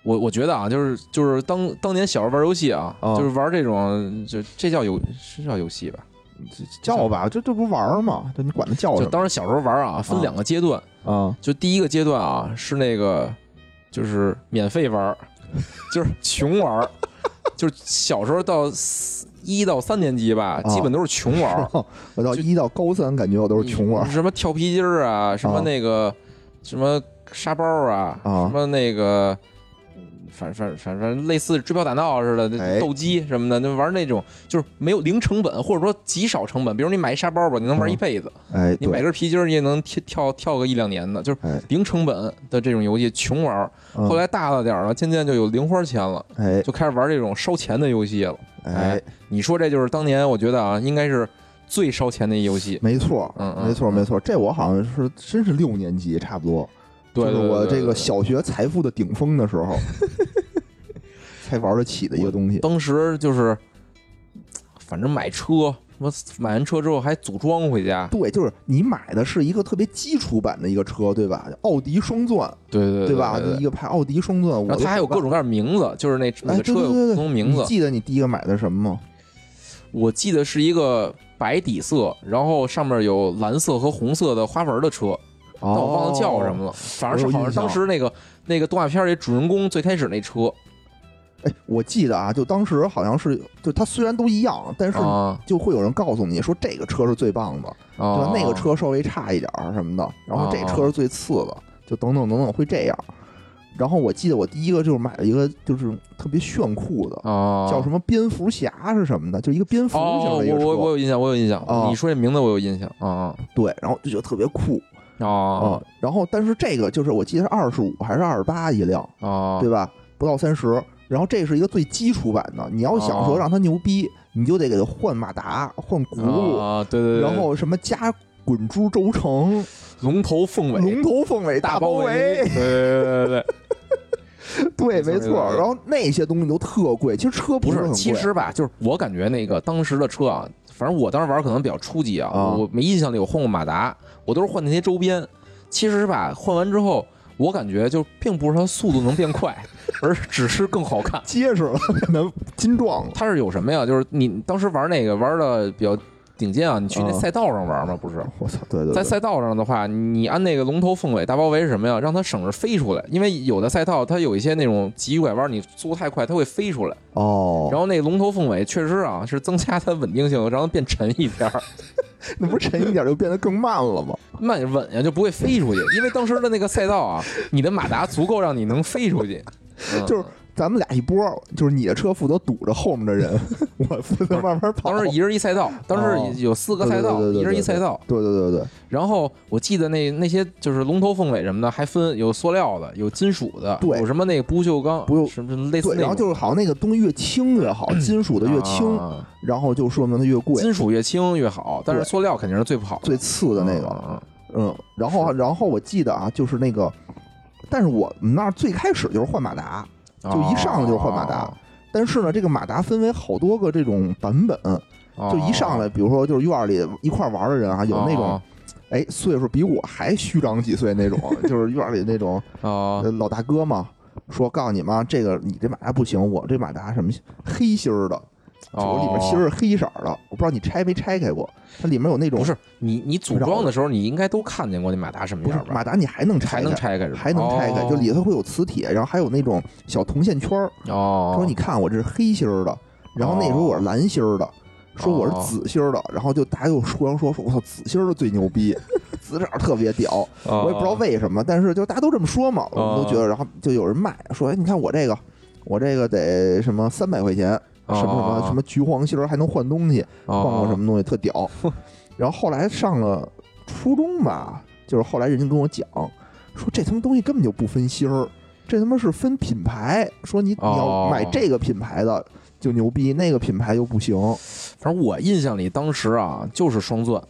我我觉得啊，就是就是当当年小时候玩游戏啊，
啊
就是玩这种，就这叫游是叫游戏吧？
叫吧，这这不玩吗？这你管它叫什么？
就当时小时候玩啊，分两个阶段
啊，
就第一个阶段啊是那个就是免费玩，就是穷玩，就是小时候到一到三年级吧，基本都是穷玩。
啊、我到一到高三，感觉我都是穷玩，
什么跳皮筋儿啊，什么那个、啊、什么沙包啊，
啊
什么那个。反反反正类似追跑打闹似的，
哎、
斗鸡什么的，就玩那种就是没有零成本或者说极少成本，比如你买一沙包吧，你能玩一辈子；
哎，
你买根皮筋你也能跳跳跳个一两年的，就是零成本的这种游戏，穷玩。
嗯、
后来大了点了，渐渐就有零花钱了，
哎，
就开始玩这种烧钱的游戏了。
哎，
哎你说这就是当年我觉得啊，应该是最烧钱的一游戏。
没错，
嗯嗯，
没错，没错。这我好像是真是六年级差不多，
对，
就是我这个小学财富的顶峰的时候。才玩得起的一个东西。
当时就是，反正买车，我买完车之后还组装回家。
对，就是你买的是一个特别基础版的一个车，对吧？奥迪双钻，
对对 对,
对吧？
对对对
一个牌奥迪双钻，
然后它还有各种各样的名字，就是那那个车有不同名字。
你记得你第一个买的什么吗？
我记得是一个白底色，然后上面有蓝色和红色的花纹的车。但我忘了叫什么了，反正是好像当时那个那个动画片里主人公最开始那车。
哎，我记得啊，就当时好像是，就它虽然都一样，但是就会有人告诉你说这个车是最棒的，
啊、
对吧？那个车稍微差一点什么的，然后这车是最次的，就等等等等会这样。然后我记得我第一个就是买了一个就是特别炫酷的，
啊、
叫什么蝙蝠侠是什么的，就一个蝙蝠型的一个车。
哦、我我有印象，我有印象。
啊、
你说这名字我有印象啊。
对，然后就觉得特别酷。
哦、
嗯，然后但是这个就是我记得是二十五还是二十八一辆，
哦，
对吧？不到三十。然后这是一个最基础版的，你要想说让它牛逼，哦、你就得给它换马达、换轱辘
啊，对对对，
然后什么加滚珠轴承、
龙头凤尾、
龙头凤尾大包围，
对对对对
对，对，没错。然后那些东西都特贵，其实车
不
是很贵。
其实吧，就是我感觉那个当时的车啊，反正我当时玩可能比较初级啊，
啊
我没印象里有换过马达，我都是换那些周边。其实吧，换完之后。我感觉就并不是它速度能变快，而只是更好看、
结实了，能筋壮了。
它是有什么呀？就是你当时玩那个玩的比较顶尖啊，你去那赛道上玩吗？不是，
我操，对 对, 对，
在赛道上的话，你按那个龙头凤尾大包围是什么呀？让它省着飞出来，因为有的赛道它有一些那种急拐弯，你速度太快，它会飞出来。
哦，
然后那个龙头凤尾确实啊，是增加它稳定性，让它变沉一点。
那不是沉一点就变得更慢了吗？
慢稳呀，就不会飞出去，因为当时的那个赛道啊，你的马达足够让你能飞出去。
嗯、就是咱们俩一波，就是你的车负责堵着后面的人，我负责慢慢跑。
当时一人一赛道，当时有四个赛道，
哦、
一人一赛道。
对对对对。
然后我记得那那些就是龙头凤尾什么的，还分有塑料的，有金属的，
对，
有什么那个不锈钢，
不
什么类似那种。
然后就是好像那个东西越轻越好，金属的越轻，
啊、
然后就说明它越贵。
金属越轻越好，但是塑料肯定是最不好的、
最次的那个。
嗯。
嗯，然后然后我记得啊，就是那个，但是我们那儿最开始就是换马达。就一上来就是换马达，
哦、
但是呢，这个马达分为好多个这种版本，
哦、
就一上来，比如说就是院里一块玩的人啊，有那种，
哦、
哎，岁数比我还虚长几岁那种，就是院里那种、
哦、
老大哥嘛，说告诉你们，这个你这马达不行，我这马达什么黑心儿的。我里面芯儿是黑色的，我不知道你拆没拆开过，它里面有那种
不是你你组装的时候你应该都看见过那马达什么样吧？
马达你还能拆开，
还能拆开是吧？
还能拆开，
哦、
就里头会有磁铁，然后还有那种小铜线圈儿。
哦，
说你看我这是黑心儿的，然后那时候我是蓝心儿的，说我是紫心儿的，然后就大家就说说说我操紫心儿的最牛逼，紫色特别屌，我也不知道为什么，但是就大家都这么说嘛，我们都觉得，然后就有人卖说，哎，你看我这个，我这个得什么三百块钱。什么什么什么橘黄芯儿还能换东西，换过什么东西特屌。然后后来上了初中吧，就是后来人家跟我讲说这他妈东西根本就不分芯儿，这他妈是分品牌，说你你要买这个品牌的就牛逼，那个品牌就不行。
反正我印象里当时啊就是双钻。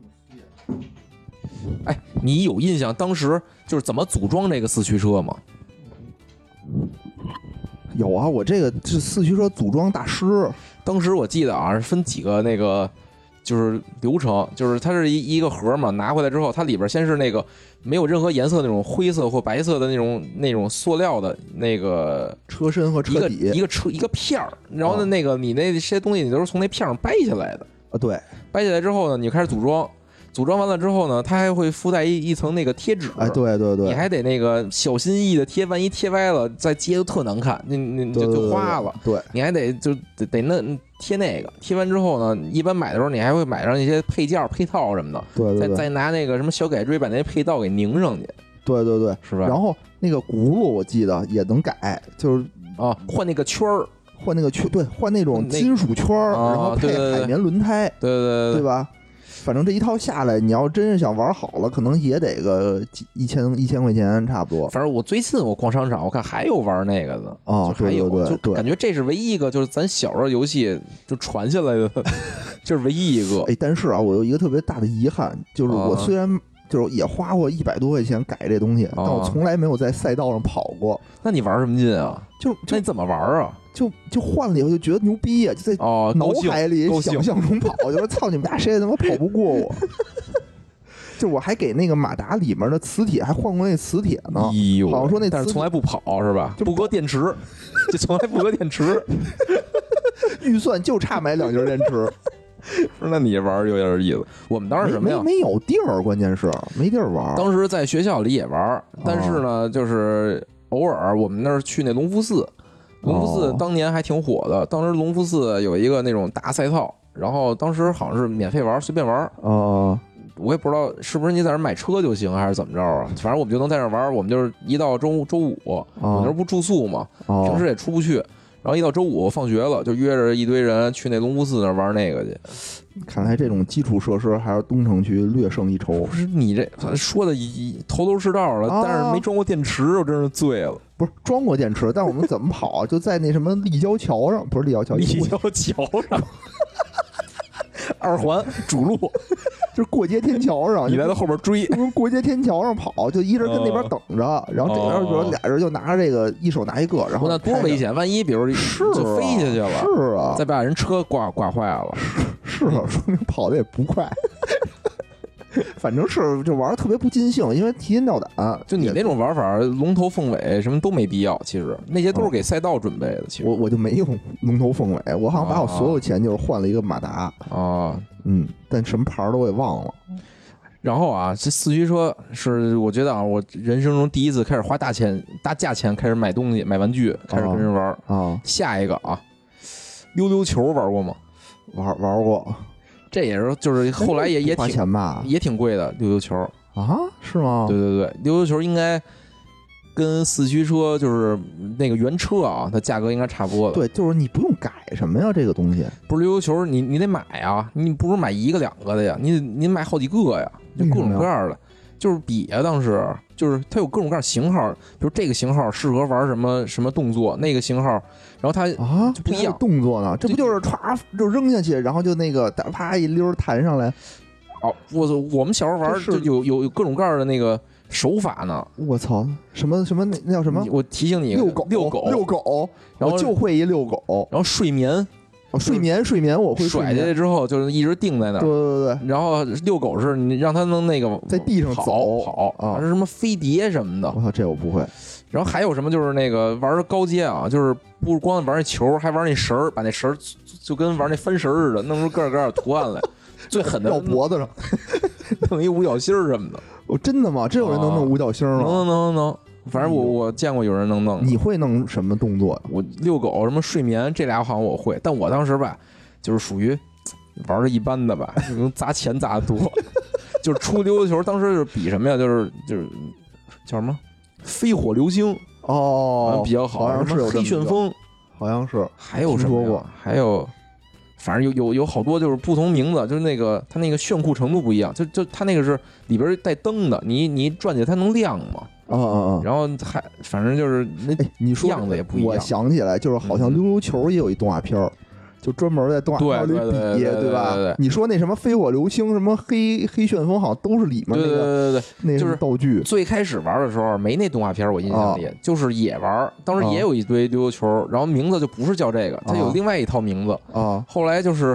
哎，你有印象当时就是怎么组装这个四驱车吗？
有啊，我这个是四驱车组装大师。
当时我记得啊，分几个那个， 就是流程，就是它是一一个盒嘛，拿回来之后，它里边先是那个没有任何颜色那种灰色或白色的那种那种塑料的那个
车身和车底
一个一个车一个片儿，然后呢，那个你那些东西你都是从那片上掰下来的
啊，对，
掰下来之后呢，你开始组装。组装完了之后呢，它还会附带一一层那个贴纸，
哎，对对对，
你还得那个小心翼翼的贴，万一贴歪了再接就特难看，那那就就花了。
对，
你还得就得得那贴那个，贴完之后呢，一般买的时候你还会买上一些配件、配套什么的，
对对对，
再再拿那个什么小改锥把那配套给拧上去。
对对对，
是吧？
然后那个轱辘我记得也能改，就是
啊，换那个圈儿，
换那个圈，对，换那种金属圈儿，
啊、
然后配海绵轮胎，
对对对
对吧？反正这一套下来，你要真是想玩好了，可能也得个一千一千块钱差不多。
反正我最近我逛商场，我看还有玩那个的
哦，
还有，
对对对，
就感觉这是唯一一个就是咱小时候游戏就传下来的，这是唯一一个。
哎，但是啊，我有一个特别大的遗憾，就是我虽然就是也花过一百多块钱改这东西，但我从来没有在赛道上跑过。
那你玩什么劲啊？
就
那你怎么玩啊？
就就换了以后就觉得牛逼啊，就在脑海里想象中跑，就说操你们俩谁他妈跑不过我。就我还给那个马达里面的磁铁还换过那磁铁呢，好像说那
但是从来不跑是吧？就不搁电池，就从来不搁电池，
预算就差买两节电池。
那你玩有点意思。我们当时什么呀？
没没有地儿，关键是没地儿玩。
当时在学校里也玩，但是呢，就是偶尔我们那儿去那隆福寺。隆福寺当年还挺火的，当时隆福寺有一个那种大赛套，然后当时好像是免费玩，随便玩。
哦，
我也不知道是不是你在那买车就行，还是怎么着啊？反正我们就能在那玩。我们就是一到周周五，我那儿不住宿嘛，平时也出不去。然后一到周五放学了，就约着一堆人去那隆福寺那玩那个去。
看来这种基础设施还是东城区略胜一筹。
不是你这说的头头是道了，啊、但是没装过电池，我真是醉了。
不是装过电池，但我们怎么跑？就在那什么立交桥上，不是立交桥，
立交桥上，二环主路，
就是过街天桥上，
你在他后边追，
从过街天桥上跑，就一人跟那边等着，哦、然后这边比如俩人就拿着这个，一手拿一个，然后
那多危险！万一比如
是、啊、
就飞下去了，
是啊，
再把人车刮刮坏了，
是啊，说明跑的也不快。反正是就玩的特别不尽兴，因为提心吊胆。
就你那种玩法，龙头凤尾什么都没必要。其实那些都是给赛道准备的。其实
我我就没用龙头凤尾，我好像把我所有钱就是换了一个马达
啊，
嗯，但什么牌都给忘了。
然后啊，这四驱车是我觉得啊，我人生中第一次开始花大钱、大价钱开始买东西、买玩具，开始跟人玩
啊。
下一个啊，溜溜球玩过吗？
玩玩过。
这也是，就是后来也也挺
花钱吧，
也挺贵的溜溜球
啊，是吗？
对对对，溜溜球应该跟四驱车就是那个原车啊，它价格应该差不多的。
对，就是你不用改什么呀，这个东西
不是溜溜球，你你得买啊，你不如买一个两个的呀，你你买好几个呀，就各种各样的。就是比啊，当时就是它有各种各样型号，比如这个型号适合玩什么什么动作，那个型号，然后它
啊
就不一样
动作呢，这不就是歘就扔下去，然后就那个啪一溜弹上来。
哦，我我们小时候玩就有有有各种各样的那个手法呢。
我操，什么什么那那叫什么？
我提醒你，
遛狗
遛狗
遛狗，
然后
就会一遛狗，
然后睡眠。
哦、睡眠睡眠我会
甩下去之后就是一直定在那儿，
对对对。
然后遛狗是你让它能那个
在地上走
跑
啊，
是什么飞碟什么的。
我操，这我不会。
然后还有什么就是那个玩高阶啊，就是不光玩那球，还玩那绳儿，把那绳儿就跟玩那翻绳似的，弄出各种各样的图案来。最狠的
绕脖子上，
弄一五角星什么的。
哦，真的吗？真有人能弄五角星吗？
能能能能能。反正我我见过有人能弄。
你会弄什么动作？
我遛狗什么睡眠这俩好像我会，但我当时吧。就是属于玩的一般的吧，就能砸钱砸的多。就是出溜溜球，当时就是比什么呀？就是就是叫什么飞火流星
哦，
比较好，
好像是有
黑旋风，
好像是
还有什么呀？还有，反正有有有好多就是不同名字，就是那个它那个炫酷程度不一样，就就它那个是里边带灯的，你你转起来它能亮嘛。
啊啊啊！
然后还反正就是那
你说
样子也不一样。
我想起来，就是好像溜溜球也有一动画片儿。就专门在动画片里比，对吧？你说那什么飞火流星、什么黑黑旋风，好像都是里面那个
对对对对
那就是道具。
最开始玩的时候没那动画片，我印象里、
啊、
就是也玩，当时也有一堆溜溜球，然后名字就不是叫这个，它有另外一套名字
啊。
后来就是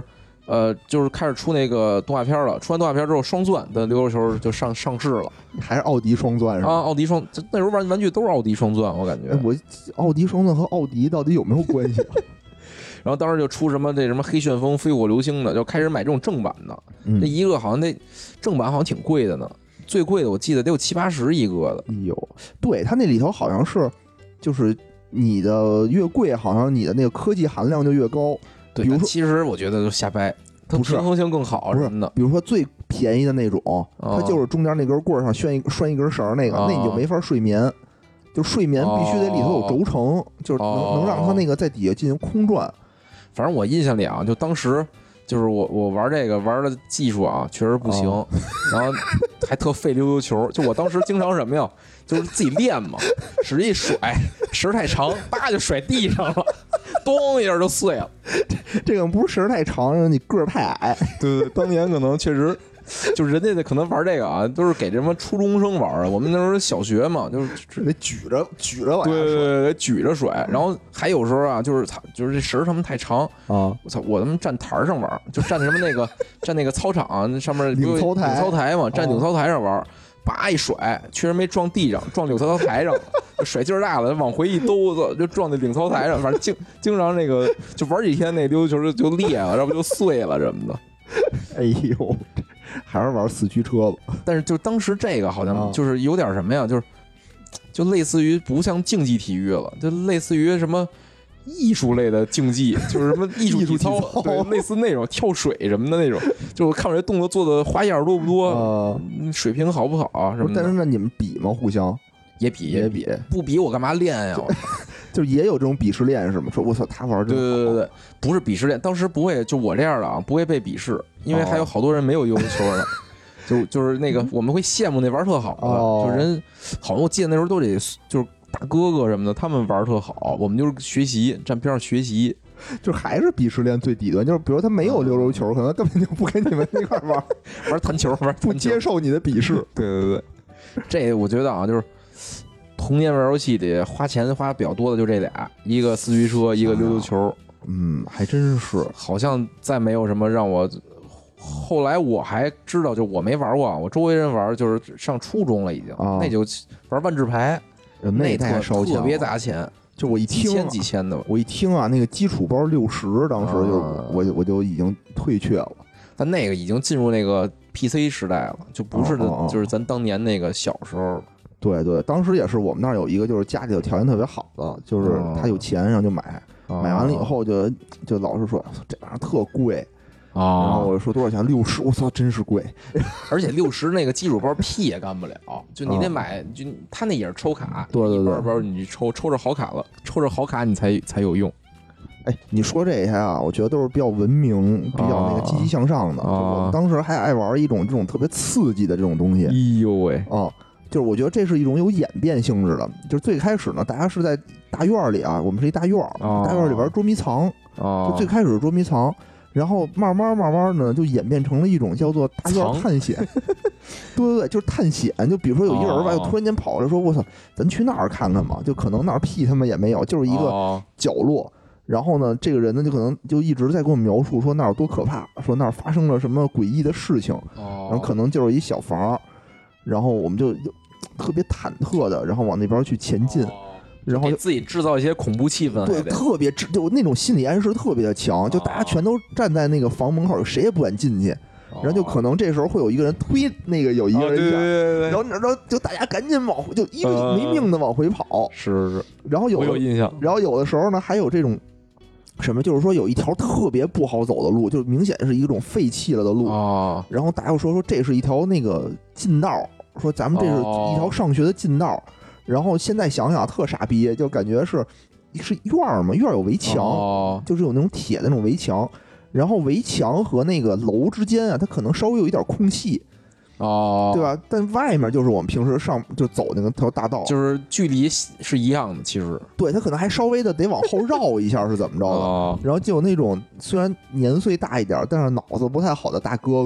呃，就是开始出那个动画片了。出完动画片之后，双钻的溜溜球就上上市了，
还是奥迪双钻是吧？
啊，奥迪双，那时候玩玩具都是奥迪双钻，我感觉。
我奥迪双钻和奥迪到底有没有关系？
然后当时就出什么这什么黑旋风、飞火流星的，就开始买这种正版的。
嗯、
这一个好像那正版好像挺贵的呢，最贵的我记得得有七八十一个的。
哎呦，对，它那里头好像是，就是你的越贵，好像你的那个科技含量就越高。
对，
比如说，
其实我觉得就瞎掰，它平衡性更好什么的。
比如说最便宜的那种，它就是中间那根棍上拴一拴一根绳，那个、哦、那你就没法睡眠，就睡眠必须得里头有轴承，哦、就是能、哦、能让它那个在底下进行空转。
反正我印象里啊，就当时就是我我玩这个玩的技术啊，确实不行，哦、然后还特费溜溜球。就我当时经常什么呀，就是自己练嘛，使劲甩，绳太长，叭就甩地上了。咚一下就碎了，
这这个不是绳太长，你个儿太矮。
对对，当年可能确实，就是人家的可能玩这个啊，都是给什么初中生玩的。我们那时候小学嘛，就是
得举着举着往
下甩，对对对，得举着甩。然后还有时候啊，就是操，就是这绳他们太长啊，我操，我他妈站台上玩，就站什么那个站那个操场上面
领操台，
领操台嘛，站领操台上玩。叭一甩，确实没撞地上，撞领操台上了。甩劲儿大了，往回一兜子就撞那领操台上。反正经经常那个就玩几天，那溜溜球就就裂了，要不就碎了什么的。
哎呦，还是玩四驱车吧。
但是就当时这个好像就是有点什么呀，就是就类似于不像竞技体育了，就类似于什么艺术类的竞技，就是什么艺术体操，对，类似那种跳水什么的那种。就我看我这动作做的花样多不多，呃、水平好不好啊什么的。
但是那你们比吗？互相
也比
也比，
不比我干嘛练呀？
就也有这种鄙视链是吗？说我操，他玩
对对对对，不是鄙视链，当时不会，就我这样的啊，不会被鄙视，因为还有好多人没有溜溜球呢。就就是那个我们会羡慕那玩特好的，
哦、
就人好像我记得那时候都得就是大哥哥什么的，他们玩特好，我们就是学习站边上学习。
就还是鄙视链最底端，就是比如他没有溜溜球，可能根本就不跟你们一块玩
玩弹球，玩
不接受你的鄙视。
对对对，这我觉得啊，就是童年玩游戏里花钱花比较多的就这俩，一个四驱车，一个溜溜球。
嗯，还真是，
好像再没有什么让我。后来我还知道，就我没玩过，我周围人玩，就是上初中了已经，
啊、
那就玩万智牌，
那太烧钱，
特别砸钱。
就我一听、啊、
几千几千的，
我一听啊，那个基础包六十，当时就、啊、我我就已经退却了。
但那个已经进入那个 P C 时代了，就不是的，
哦、
就是咱当年那个小时候。
对对，当时也是我们那儿有一个，就是家里头条件特别好的，就是他有钱，然后就买，
哦、
买完了以后就就老是说这玩意儿特贵。
啊！
然后我就说多少钱？六十，我操，真是贵！
而且六十那个基础包屁也干不了，就你得买，就他那也是抽卡，
对对对，
包包你抽抽着好卡了，抽着好卡你才才有用。
哎，你说这些啊，我觉得都是比较文明、比较那个积极向上的。
啊、
我们当时还爱玩一种这种特别刺激的这种东西。
哎呦喂！
啊，就是我觉得这是一种有演变性质的。就是最开始呢，大家是在大院里啊，我们是一大院，
啊、
大院里玩捉迷藏。
啊，
就最开始是捉迷藏。然后慢慢慢慢呢，就演变成了一种叫做大院探险。对对对，就是探险。就比如说有一个人吧，就突然间跑来说：“我操，咱去那儿看看吧。”就可能那儿屁他妈也没有，就是一个角落。然后呢，这个人呢，就可能就一直在给我们描述说那儿有多可怕，说那儿发生了什么诡异的事情。然后可能就是一小房，然后我们就就特别忐忑的，然后往那边去前进。然后
给自己制造一些恐怖气氛，
对，特别就那种心理暗示特别的强，就大家全都站在那个房门口，谁也不敢进去，然后就可能这时候会有一个人推那个有一个人一下，然后然后就大家赶紧往回，就一个没命的往回跑，
是是。
然后有
我有印象，
然后有的时候呢，还有这种什么，就是说有一条特别不好走的路，就明显是一种废弃了的路
啊。
然后大家又说说这是一条那个近道，说咱们这是一条上学的近道。然后现在想想特傻逼，就感觉是是院儿嘛，院儿有围墙，
哦、
就是有那种铁的那种围墙，然后围墙和那个楼之间啊，它可能稍微有一点空隙，
哦，
对吧？但外面就是我们平时上就走那个条大道，
就是距离是一样的，其实
对，它可能还稍微的得往后绕一下是怎么着的，
哦、
然后就有那种虽然年岁大一点，但是脑子不太好的大哥哥。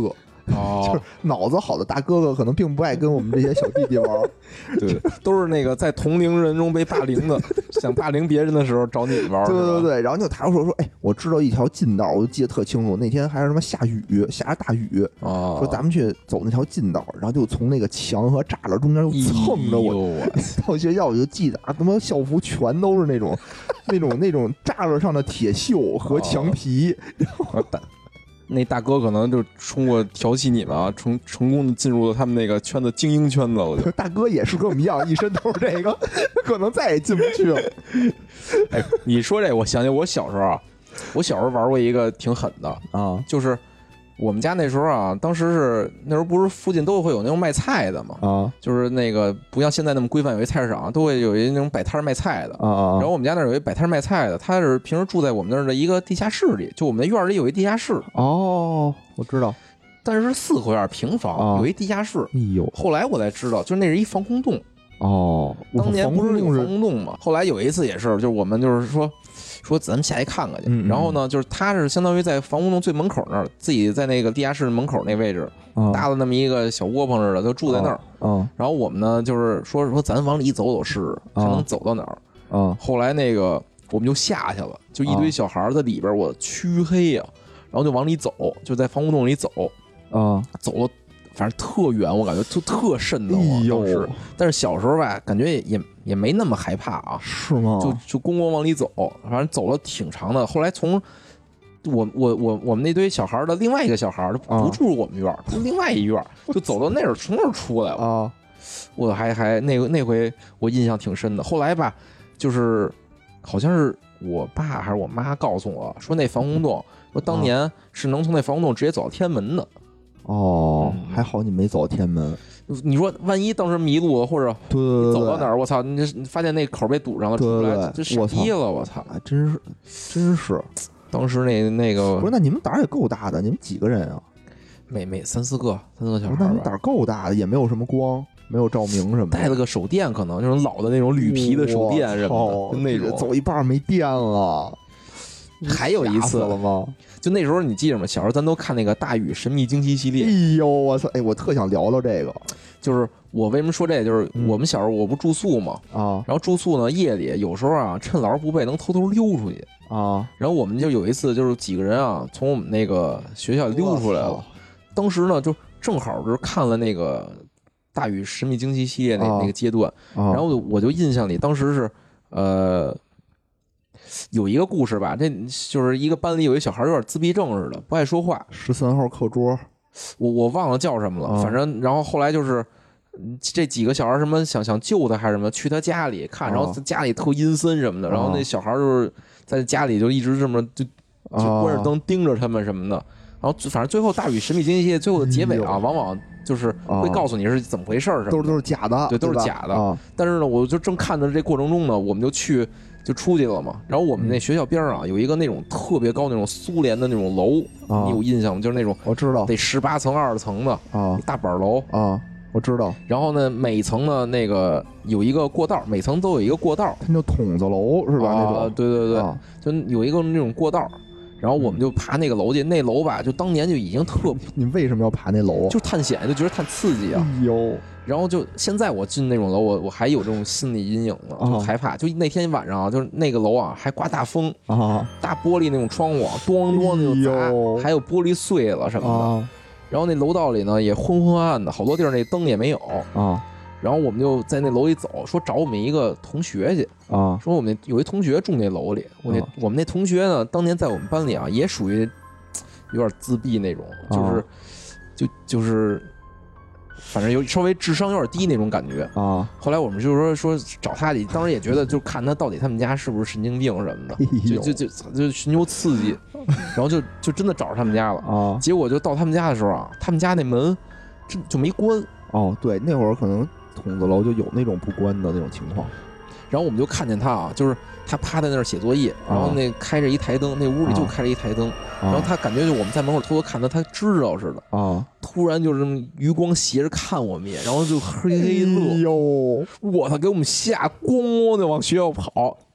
哦，
就是脑子好的大哥哥可能并不爱跟我们这些小弟弟玩。
对，都是那个在同龄人中被霸凌的，想霸凌别人的时候找你玩。
对对对，然后就抬手说说，哎，我知道一条近道，我就记得特清楚。那天还是什么下雨，下着大雨，
哦，
说咱们去走那条近道，然后就从那个墙和栅栏中间又蹭着我。到学校我就记得啊，他妈校服全都是那种那种那种栅栏上的铁锈和墙皮。
哦，大那大哥可能就通过调戏你们啊，成成功的进入了他们那个圈子精英圈子。我觉得
大哥也是跟我们一样，一身都是这个，可能再也进不去了。
哎，你说这，我想起我小时候啊，我小时候玩过一个挺狠的
啊，
就是我们家那时候啊，当时是那时候不是附近都会有那种卖菜的嘛，啊，就是那个不像现在那么规范，有一菜市场都会有一那种摆摊卖菜的啊。然后我们家那儿有一摆摊卖菜的，他是平时住在我们那儿的一个地下室里，就我们那院里有一地下室。
哦，我知道，
但是四合院平房，有一地下室。
哎呦，
后来我才知道，就那是一防空洞。
哦，
当年不是有防空洞吗？后来有一次也是，就是我们就是说。说咱们下去看看去，嗯嗯，然后呢，就是他是相当于在防空洞最门口那儿，自己在那个地下室门口那位置，哦，搭了那么一个小窝棚似的，就住在那儿。
哦，
然后我们呢，就是说说咱往里走走试试，看能走到哪儿。
哦，
后来那个我们就下去了，就一堆小孩在里边，我黢黑呀，然后就往里走，就在防空洞里走，
啊，
走了。反正特远，我感觉就特瘆得慌。当时，但是小时候吧，感觉也也也没那么害怕啊。
是吗？
就就咣咣往里走，反正走了挺长的。后来从我我我我们那堆小孩的另外一个小孩，不住我们院，住、啊、另外一院，就走到那儿，从那儿出来了啊。我还还那个那回我印象挺深的。后来吧，就是好像是我爸还是我妈告诉我说，那防空洞说当年是能从那防空洞直接走到天安门的。
哦，还好你没走天安门。
你说万一当时迷路了，或者
对
走到哪儿，我操！你发现那口被堵上了，出不来，就傻逼了，我操！
还真是，真是。
当时那那个
不是，那你们胆儿也够大的，你们几个人啊？
每每三四个，三四个小孩。
那你们胆儿够大的，也没有什么光，没有照明什么的。
带了个手电，可能那种老的那种铝皮的手电什么的，那种
走一半没电了。
还有一次
了吗？
就那时候你记着吗？小时候咱都看那个《大禹神秘惊奇》系列。
哎呦，我操！哎，我特想聊聊这个。
就是我为什么说这个，就是我们小时候我不住宿嘛啊，然后住宿呢，夜里有时候啊，趁老师不备，能偷偷溜出去啊。然后我们就有一次，就是几个人啊，从我们那个学校溜出来了。当时呢，就正好就是看了那个《大禹神秘惊奇》系列那、啊、那个阶段，然后我就印象里当时是呃。有一个故事吧，这就是一个班里有一小孩有点自闭症似的，不爱说话。
十三号课桌，
我我忘了叫什么了，啊、反正然后后来就是这几个小孩什么想想救他还是什么，去他家里看，然后家里特阴森什么的，啊、然后那小孩就是在家里就一直这么就就关着灯盯着他们什么的。然后反正最后《大禹神秘惊奇》最后的结尾啊，往往就是会告诉你是怎么回事儿，
都是都是假的，
对，都是假的。啊、但是呢，我就正看着这过程中呢，我们就去。就出去了嘛，然后我们那学校边上啊有一个那种特别高那种苏联的那种楼，啊、你有印象吗？就是那种
我知道
得十八层二十层的啊大板楼
啊，我知道。
然后呢，每层呢那个有一个过道，每层都有一个过道，
它叫筒子楼是吧？
啊、
那种
对对对，
啊、
就有一个那种过道。然后我们就爬那个楼去，那楼吧，就当年就已经特。
你为什么要爬那楼啊？
就是探险，就觉得太刺激啊！
哎呦，
然后就现在我进那种楼，我我还有这种心理阴影呢，就害怕。就那天晚上啊，就是那个楼啊，还刮大风啊，大玻璃那种窗户，咣咣那种砸，还有玻璃碎了什么的。
啊、
然后那楼道里呢也昏昏暗暗的，好多地儿那灯也没有啊。然后我们就在那楼里走，说找我们一个同学去啊，说我们有一同学住那楼里，我那、啊、我们那同学呢，当年在我们班里啊，也属于有点自闭那种，就是、啊、就就是反正有稍微智商有点低那种感觉啊。后来我们就说说找他去，当时也觉得就看他到底他们家是不是神经病什么的，
哎、
就就就就寻求刺激，然后就就真的找着他们家了啊。结果就到他们家的时候啊，他们家那门真就没关
哦，对，那会儿可能。筒子楼就有那种不关的那种情况，
然后我们就看见他啊，就是他趴在那儿写作业，然后那开着一台灯，那屋里就开着一台灯，啊、然后他感觉就我们在门口偷偷看他，他知道似的啊，突然就是余光斜着看我们一眼，然后就嘿嘿乐，
哎呦，
我操，给我们吓咣咣的往学校跑。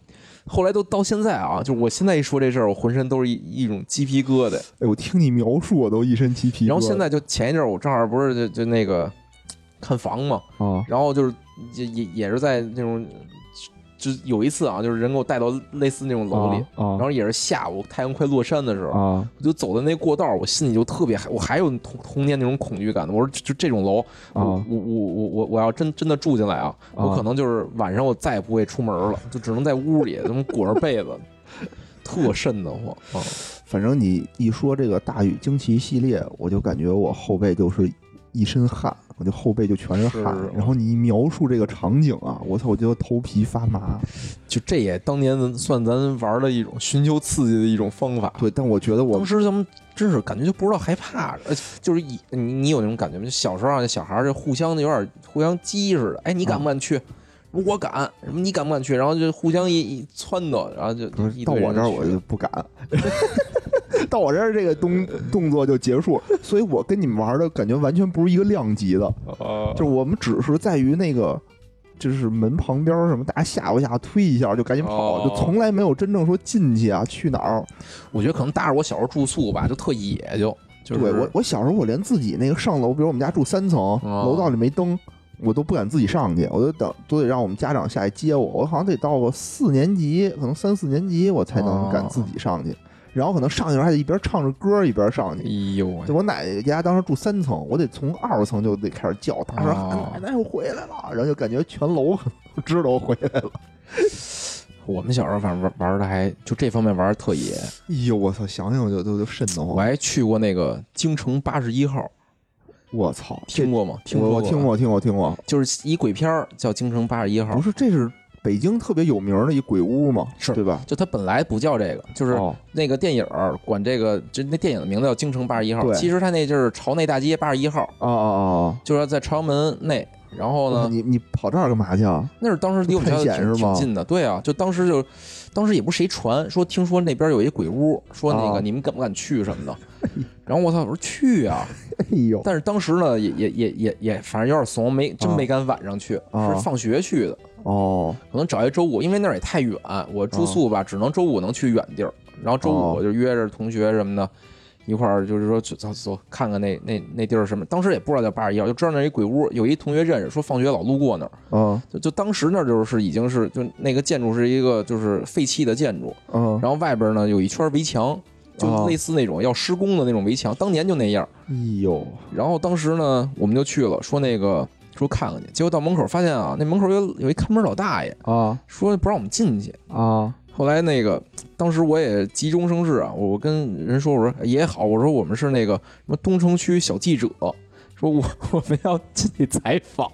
后来都到现在啊，就是我现在一说这事儿，我浑身都是一一种鸡皮疙瘩。
哎，我听你描述，我都一身鸡皮疙瘩。
然后现在就前一阵儿，我正好不是就就那个看房嘛，
啊，
然后就是也也也是在那种。就有一次啊，就是人给我带到类似那种楼里，
啊啊、
然后也是下午太阳快落山的时候，
啊、
我就走的那过道，我心里就特别，我还有童童年那种恐惧感的。我说就这种楼，我、啊、我我我我我要真真的住进来啊，我可能就是晚上我再也不会出门了，就只能在屋里这么裹着被子，特瘆得慌啊。
反正你一说这个大宇惊奇系列，我就感觉我后背就是一身汗。我就后背就全是汗，
是
然后你一描述这个场景啊，我操，我就头皮发麻。
就这也当年算咱玩的一种寻求刺激的一种方法。
对，但我觉得我
当时咱们真是感觉就不知道害怕，就是你你有那种感觉吗？就小时候啊，小孩就互相有点互相激似的。哎，你敢不敢去？嗯、我敢。什么你敢不敢去？然后就互相一一撺掇，然后就
到我这儿我就不敢。到我这儿这个动动作就结束，所以我跟你们玩的感觉完全不是一个量级的，
呃、
就是我们只是在于那个，就是门旁边什么，大家吓唬吓推一下就赶紧跑，
哦、
就从来没有真正说进去啊，去哪儿？
我觉得可能搭着我小时候住宿吧，就特野就，就是、
对我我小时候我连自己那个上楼，比如我们家住三层，
哦、
楼道里没灯。我都不敢自己上去，我就等都得让我们家长下来接我。我好像得到个四年级，可能三四年级，我才能敢自己上去。哦、然后可能上去还得一边唱着歌一边上去。
哎呦，
就我奶奶家当时住三层，我得从二层就得开始叫，大声喊奶奶我回来了，然后就感觉全楼都知道我回来了。
我们小时候反正玩玩的还就这方面玩的特野。
哎呦，我操，想想就都都瘆得慌。
我还去过那个京城八十一号。
我操，
听过吗？听过，
我听过，听过，听过。
就是一鬼片叫《京城八十一号》，
不是，这是北京特别有名的一鬼屋嘛，
是
对吧？
就它本来不叫这个，就是那个电影管这个，就那电影的名字叫《京城八十一号》，其实它那就是朝内大街八十一号。
哦哦哦，
就是在朝阳门内。然后呢？
你你跑这儿干嘛去啊？
那是当时离我们家挺挺近的，对啊，就当时就，当时也不是谁传说，听说那边有一鬼屋，说那个、啊、你们敢不敢去什么的。然后我操，我说去啊！
哎呦！
但是当时呢，也也也也也，反正有点怂，没真没敢晚上去，
啊、
是放学去的。
哦，
可能找一周五，因为那儿也太远，我住宿吧，啊、只能周五能去远地儿，然后周五我就约着同学什么的。一块儿就是说走走看看那那那地儿什么，当时也不知道叫八十一号，就知道那一鬼屋，有一同学认识，说放学老路过那儿，
嗯，
就就当时那就是已经是就那个建筑是一个就是废弃的建筑，
嗯，
然后外边呢有一圈围墙，就类似那种要施工的那种围墙，当年就那样，
哎呦，
然后当时呢我们就去了，说那个说看看去，结果到门口发现啊，那门口有有一看门老大爷
啊，
说不让我们进去
啊。
后来那个，当时我也急中生智啊，我跟人说，我说也好，我说我们是那个什么东城区小记者，说我我们要进去采访。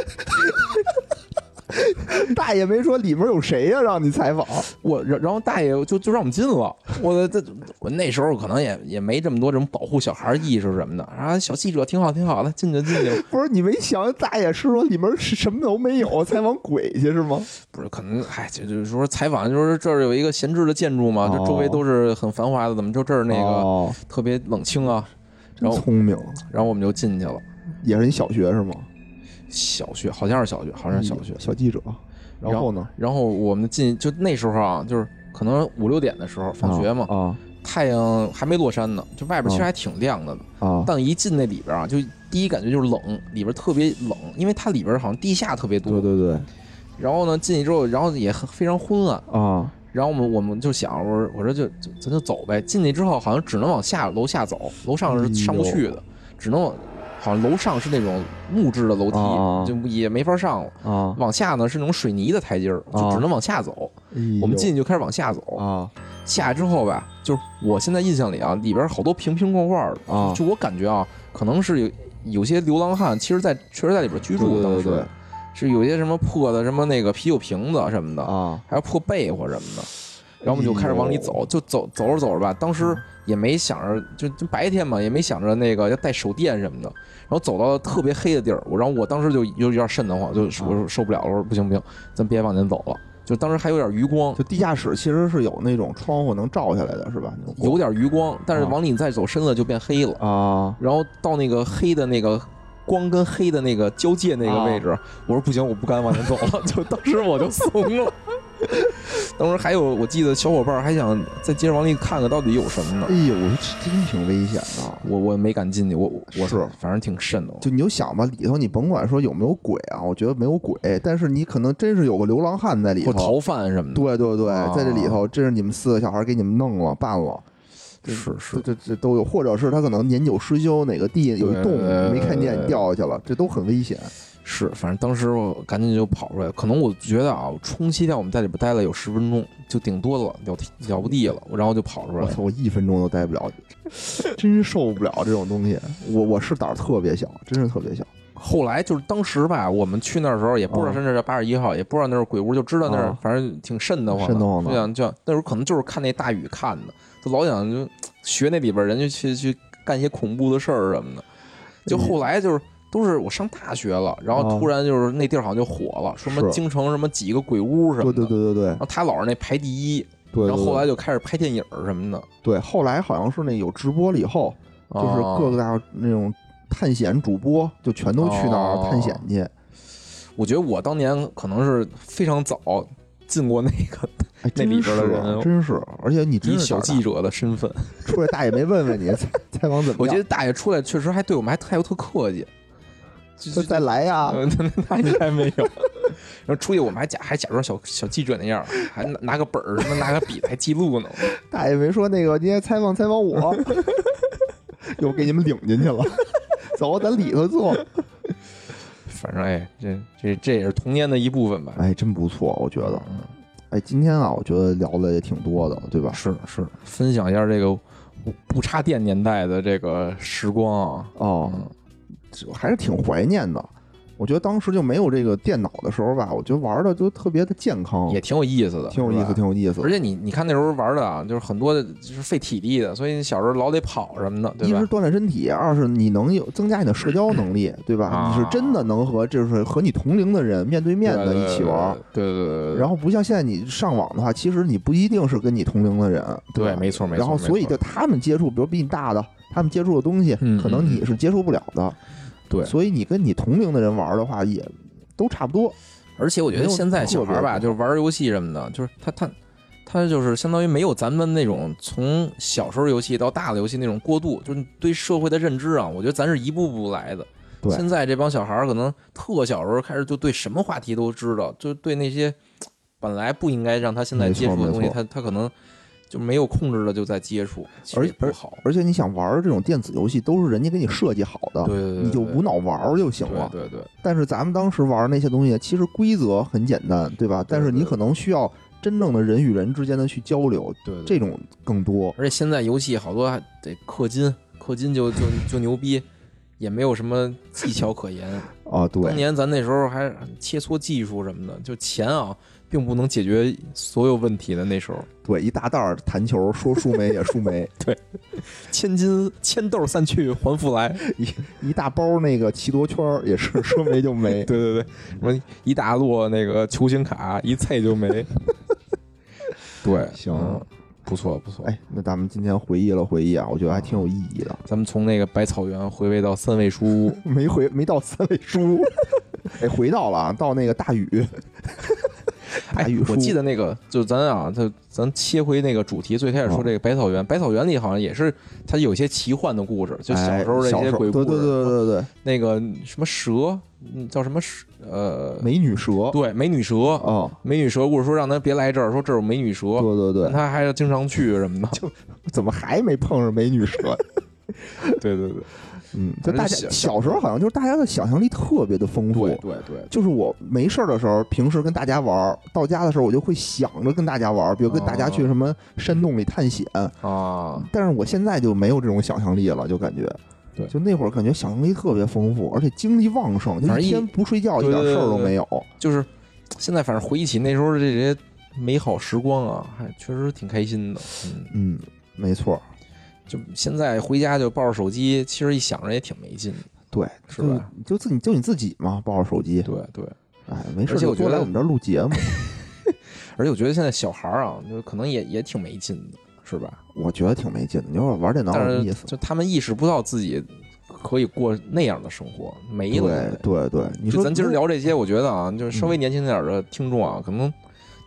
大爷没说里面有谁呀、啊，让你采访。
我然后大爷就就让我们进了。我这我那时候可能也也没这么多这种保护小孩意识什么的啊，小记者挺好挺好的，进去进去。
不是你没想大爷是说里面什么都没有，采访鬼去是吗？
不是，可能嗨，就就是说采访，就是这儿有一个闲置的建筑嘛，这、哦、周围都是很繁华的，怎么就这儿那个、哦、特别冷清啊？然后
聪明，
然后我们就进去了。
也是你小学是吗？
小学好像是小学，好像是小学
小记者。然后呢？
然后我们进就那时候啊，就是可能五六点的时候放学嘛，
啊，啊
太阳还没落山呢，就外边其实还挺亮的
啊。
但一进那里边啊，就第一感觉就是冷，里边特别冷，因为它里边好像地下特别多。
对对对。
然后呢，进去之后，然后也非常昏暗
啊。
然后我们我们就想，我说我说就就咱就走呗。进去之后好像只能往下楼下走，楼上是上不去的，哎、只能往。好像楼上是那种木质的楼梯，
啊、
就也没法上了。
啊，
往下呢是那种水泥的台阶儿，就只能往下走。
啊、
我们进去就开始往下走。
啊，
下来之后吧，就是我现在印象里啊，里边好多瓶瓶罐罐的。
啊，
就我感觉啊，可能是有有些流浪汉，其实在确实在里边居住。当时
对对对
是有些什么破的什么那个啤酒瓶子什么的
啊，
还有破被或什么的。然后我们就开始往里走，就走走着走着吧，当时也没想着，就就白天嘛，也没想着那个要带手电什么的。然后走到特别黑的地儿，我然后我当时就有点瘆得慌，就我说受不了了，我说不行不行，咱别往前走了。就当时还有点余光，
就地下室其实是有那种窗户能照下来的，是吧？
有点余光，但是往里再走深了就变黑了
啊。
然后到那个黑的那个光跟黑的那个交界那个位置，啊、我说不行，我不敢往前走了，就当时我就怂了。 当时还有，我记得小伙伴还想在街上往里看看到底有什么呢。
哎呦，这真挺危险的。
我我没敢进去，我我
是
反正挺瘆的。
就你就想吧，里头你甭管说有没有鬼啊，我觉得没有鬼，但是你可能真是有个流浪汉在里头，
或逃犯什么的。
对对对，
啊、
在这里头，真是你们四个小孩给你们弄了办了。
是是，
这这都有，或者是他可能年久失修，哪个地有一洞没看见掉下去了，这都很危险。
是，反正当时我赶紧就跑出来，可能我觉得啊，充其量我们在里边待了有十分钟，就顶多了，了了不地了，然后就跑出来。
我操，我一分钟都待不了，真受不了这种东西。我我是胆儿特别小，真是特别小。
后来就是当时吧，我们去那儿的时候也不知道是那是八十一号，哦、也不知道那是鬼屋，就知道那儿、哦、反正挺瘆得慌的。
瘆得慌的。
就想就想那时候可能就是看那大雨看的，就老想就学那里边人就去去干一些恐怖的事儿什么的。就后来就是。都是我上大学了，然后突然就是那地儿好像就火了，说什么京城什么几个鬼屋什么的，
对对对对对。
然后他老是那排第一，
对，
然后后来就开始拍电影什么的。
对，后来好像是那有直播了以后，就是各个大那种探险主播就全都去那儿探险去。
我觉得我当年可能是非常早进过那个、哎、那里边的人，
真是，而且你真是
以小记者的身份
出来，大爷没问问你采访怎么样？
我觉得大爷出来确实还对我们还还有特客气。
就再来呀！
那应该没有。然后出去我们还假还假装小小记者那样，还拿拿个本儿什么拿个笔还记录呢。
大爷没说那个，今天采访采访我，又给你们领进去了。走，咱里头坐。
反正哎，这这这也是童年的一部分吧。
哎，真不错，我觉得。哎，今天啊，我觉得聊的也挺多的，对吧？
是是，分享一下这个不插电年代的这个时光啊。
哦。嗯，还是挺怀念的。我觉得当时就没有这个电脑的时候吧，我觉得玩的就特别的健康，
也挺有意思的，
挺有意思，挺有意思。
而且你你看那时候玩的啊，就是很多的就是费体力的，所以你小时候老得跑什么的，对吧？
一是锻炼身体，二是你能有增加你的社交能力，对吧？啊、你是真的能和就是和你同龄的人面对面的一起玩，
对对 对, 对, 对, 对。
然后不像现在你上网的话，其实你不一定是跟你同龄的人，对,
对，没错没错。
然后所以就他们接触，比如比你大的，他们接触的东西，
嗯、
可能你是接触不了的。
对，
所以你跟你同龄的人玩的话，也都差不多。
而且我觉得现在小孩吧，就是玩游戏什么的，就是他他他就是相当于没有咱们那种从小时候游戏到大的游戏那种过渡，就是对社会的认知啊，我觉得咱是一步步来的。
对，
现在这帮小孩可能特小时候开始就对什么话题都知道，就对那些本来不应该让他现在接触的东西，他他可能。就没有控制的就在接触，
而
不好。
而且你想玩这种电子游戏，都是人家给你设计好的，
对对对，
你就无脑玩就行了。
对对对。
但是咱们当时玩那些东西，其实规则很简单，对吧？但是你可能需要真正的人与人之间的去交流，
对，
这种更多。
而且现在游戏好多还得氪金，氪金就就就牛逼，也没有什么技巧可言
啊。对，
当年咱那时候还切磋技术什么的，就钱啊。并不能解决所有问题的那时候，
对，一大袋弹球，说输没也输没，
对，千金千豆散去还复来，
一一大包那个奇夺圈也是说没就没，
对对对，什么一大摞那个球星卡一菜就没，对，
行、
嗯，不错不错，
哎，那咱们今天回忆了回忆啊，我觉得还挺有意义的。
咱们从那个百草园回味到三味书屋，
没回没到三味书屋，哎，回到了，到那个大禹。
哎，我记得那个，就咱啊，就咱切回那个主题，最开始说这个百草园，哦、百草园里好像也是它有些奇幻的故事，就小时候这些鬼故事，
对对对对对，
那个什么蛇，叫什么蛇？呃，
美女蛇，
对，美女蛇啊、
哦，
美女蛇故事说让他别来这儿，说这儿有美女蛇，
对对对，
他还要经常去什么的，
就怎么还没碰上美女蛇？
对对对。
嗯，就大家小时候好像就是大家的想象力特别的丰富，
对对对，
就是我没事的时候，平时跟大家玩，到家的时候我就会想着跟大家玩，比如跟大家去什么山洞里探险
啊。
但是我现在就没有这种想象力了，就感觉，
对，
就那会儿感觉想象力特别丰富，而且精力旺盛，就一天不睡觉一点事儿都没有。
对对对对，就是现在反正回忆起那时候这些美好时光啊，还确实挺开心的。嗯
嗯，没错。
就现在回家就抱着手机，其实一想着也挺没劲的。
对，
是吧？
就自己就你自己嘛，抱着手机。
对对，
哎，没事。
而且我觉得
来我们这儿录节目，
而且我觉得现在小孩啊，就可能也也挺没劲的，是吧？
我觉得挺没劲的。你说玩电脑有意思，
就他们意识不到自己可以过那样的生活，没了。
对对对，你说
咱今儿聊这些，我觉得啊，就是稍微年轻点的听众啊，可能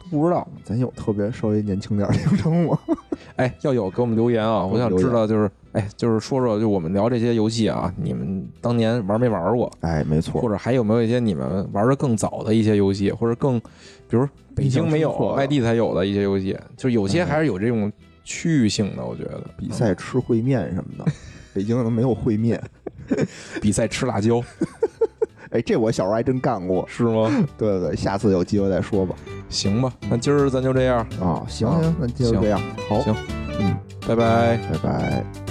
不知道。
咱有特别稍微年轻点的听众吗？
哎，要有给我们留言啊！我想知道，就是哎，就是说说，就我们聊这些游戏啊，你们当年玩没玩过？
哎，没错。
或者还有没有一些你们玩的更早的一些游戏，或者更，比如北京没有、外地才有的一些游戏，就有些还是有这种区域性的，我觉得。
比赛吃烩面什么的，北京可能没有烩面。
比赛吃辣椒。
哎，这我小时候还真干过，
是吗？
对对对，下次有机会再说吧。
行吧，那今儿咱就这样
啊，行行，那就这样。好，
行，
嗯，
拜拜，
拜拜。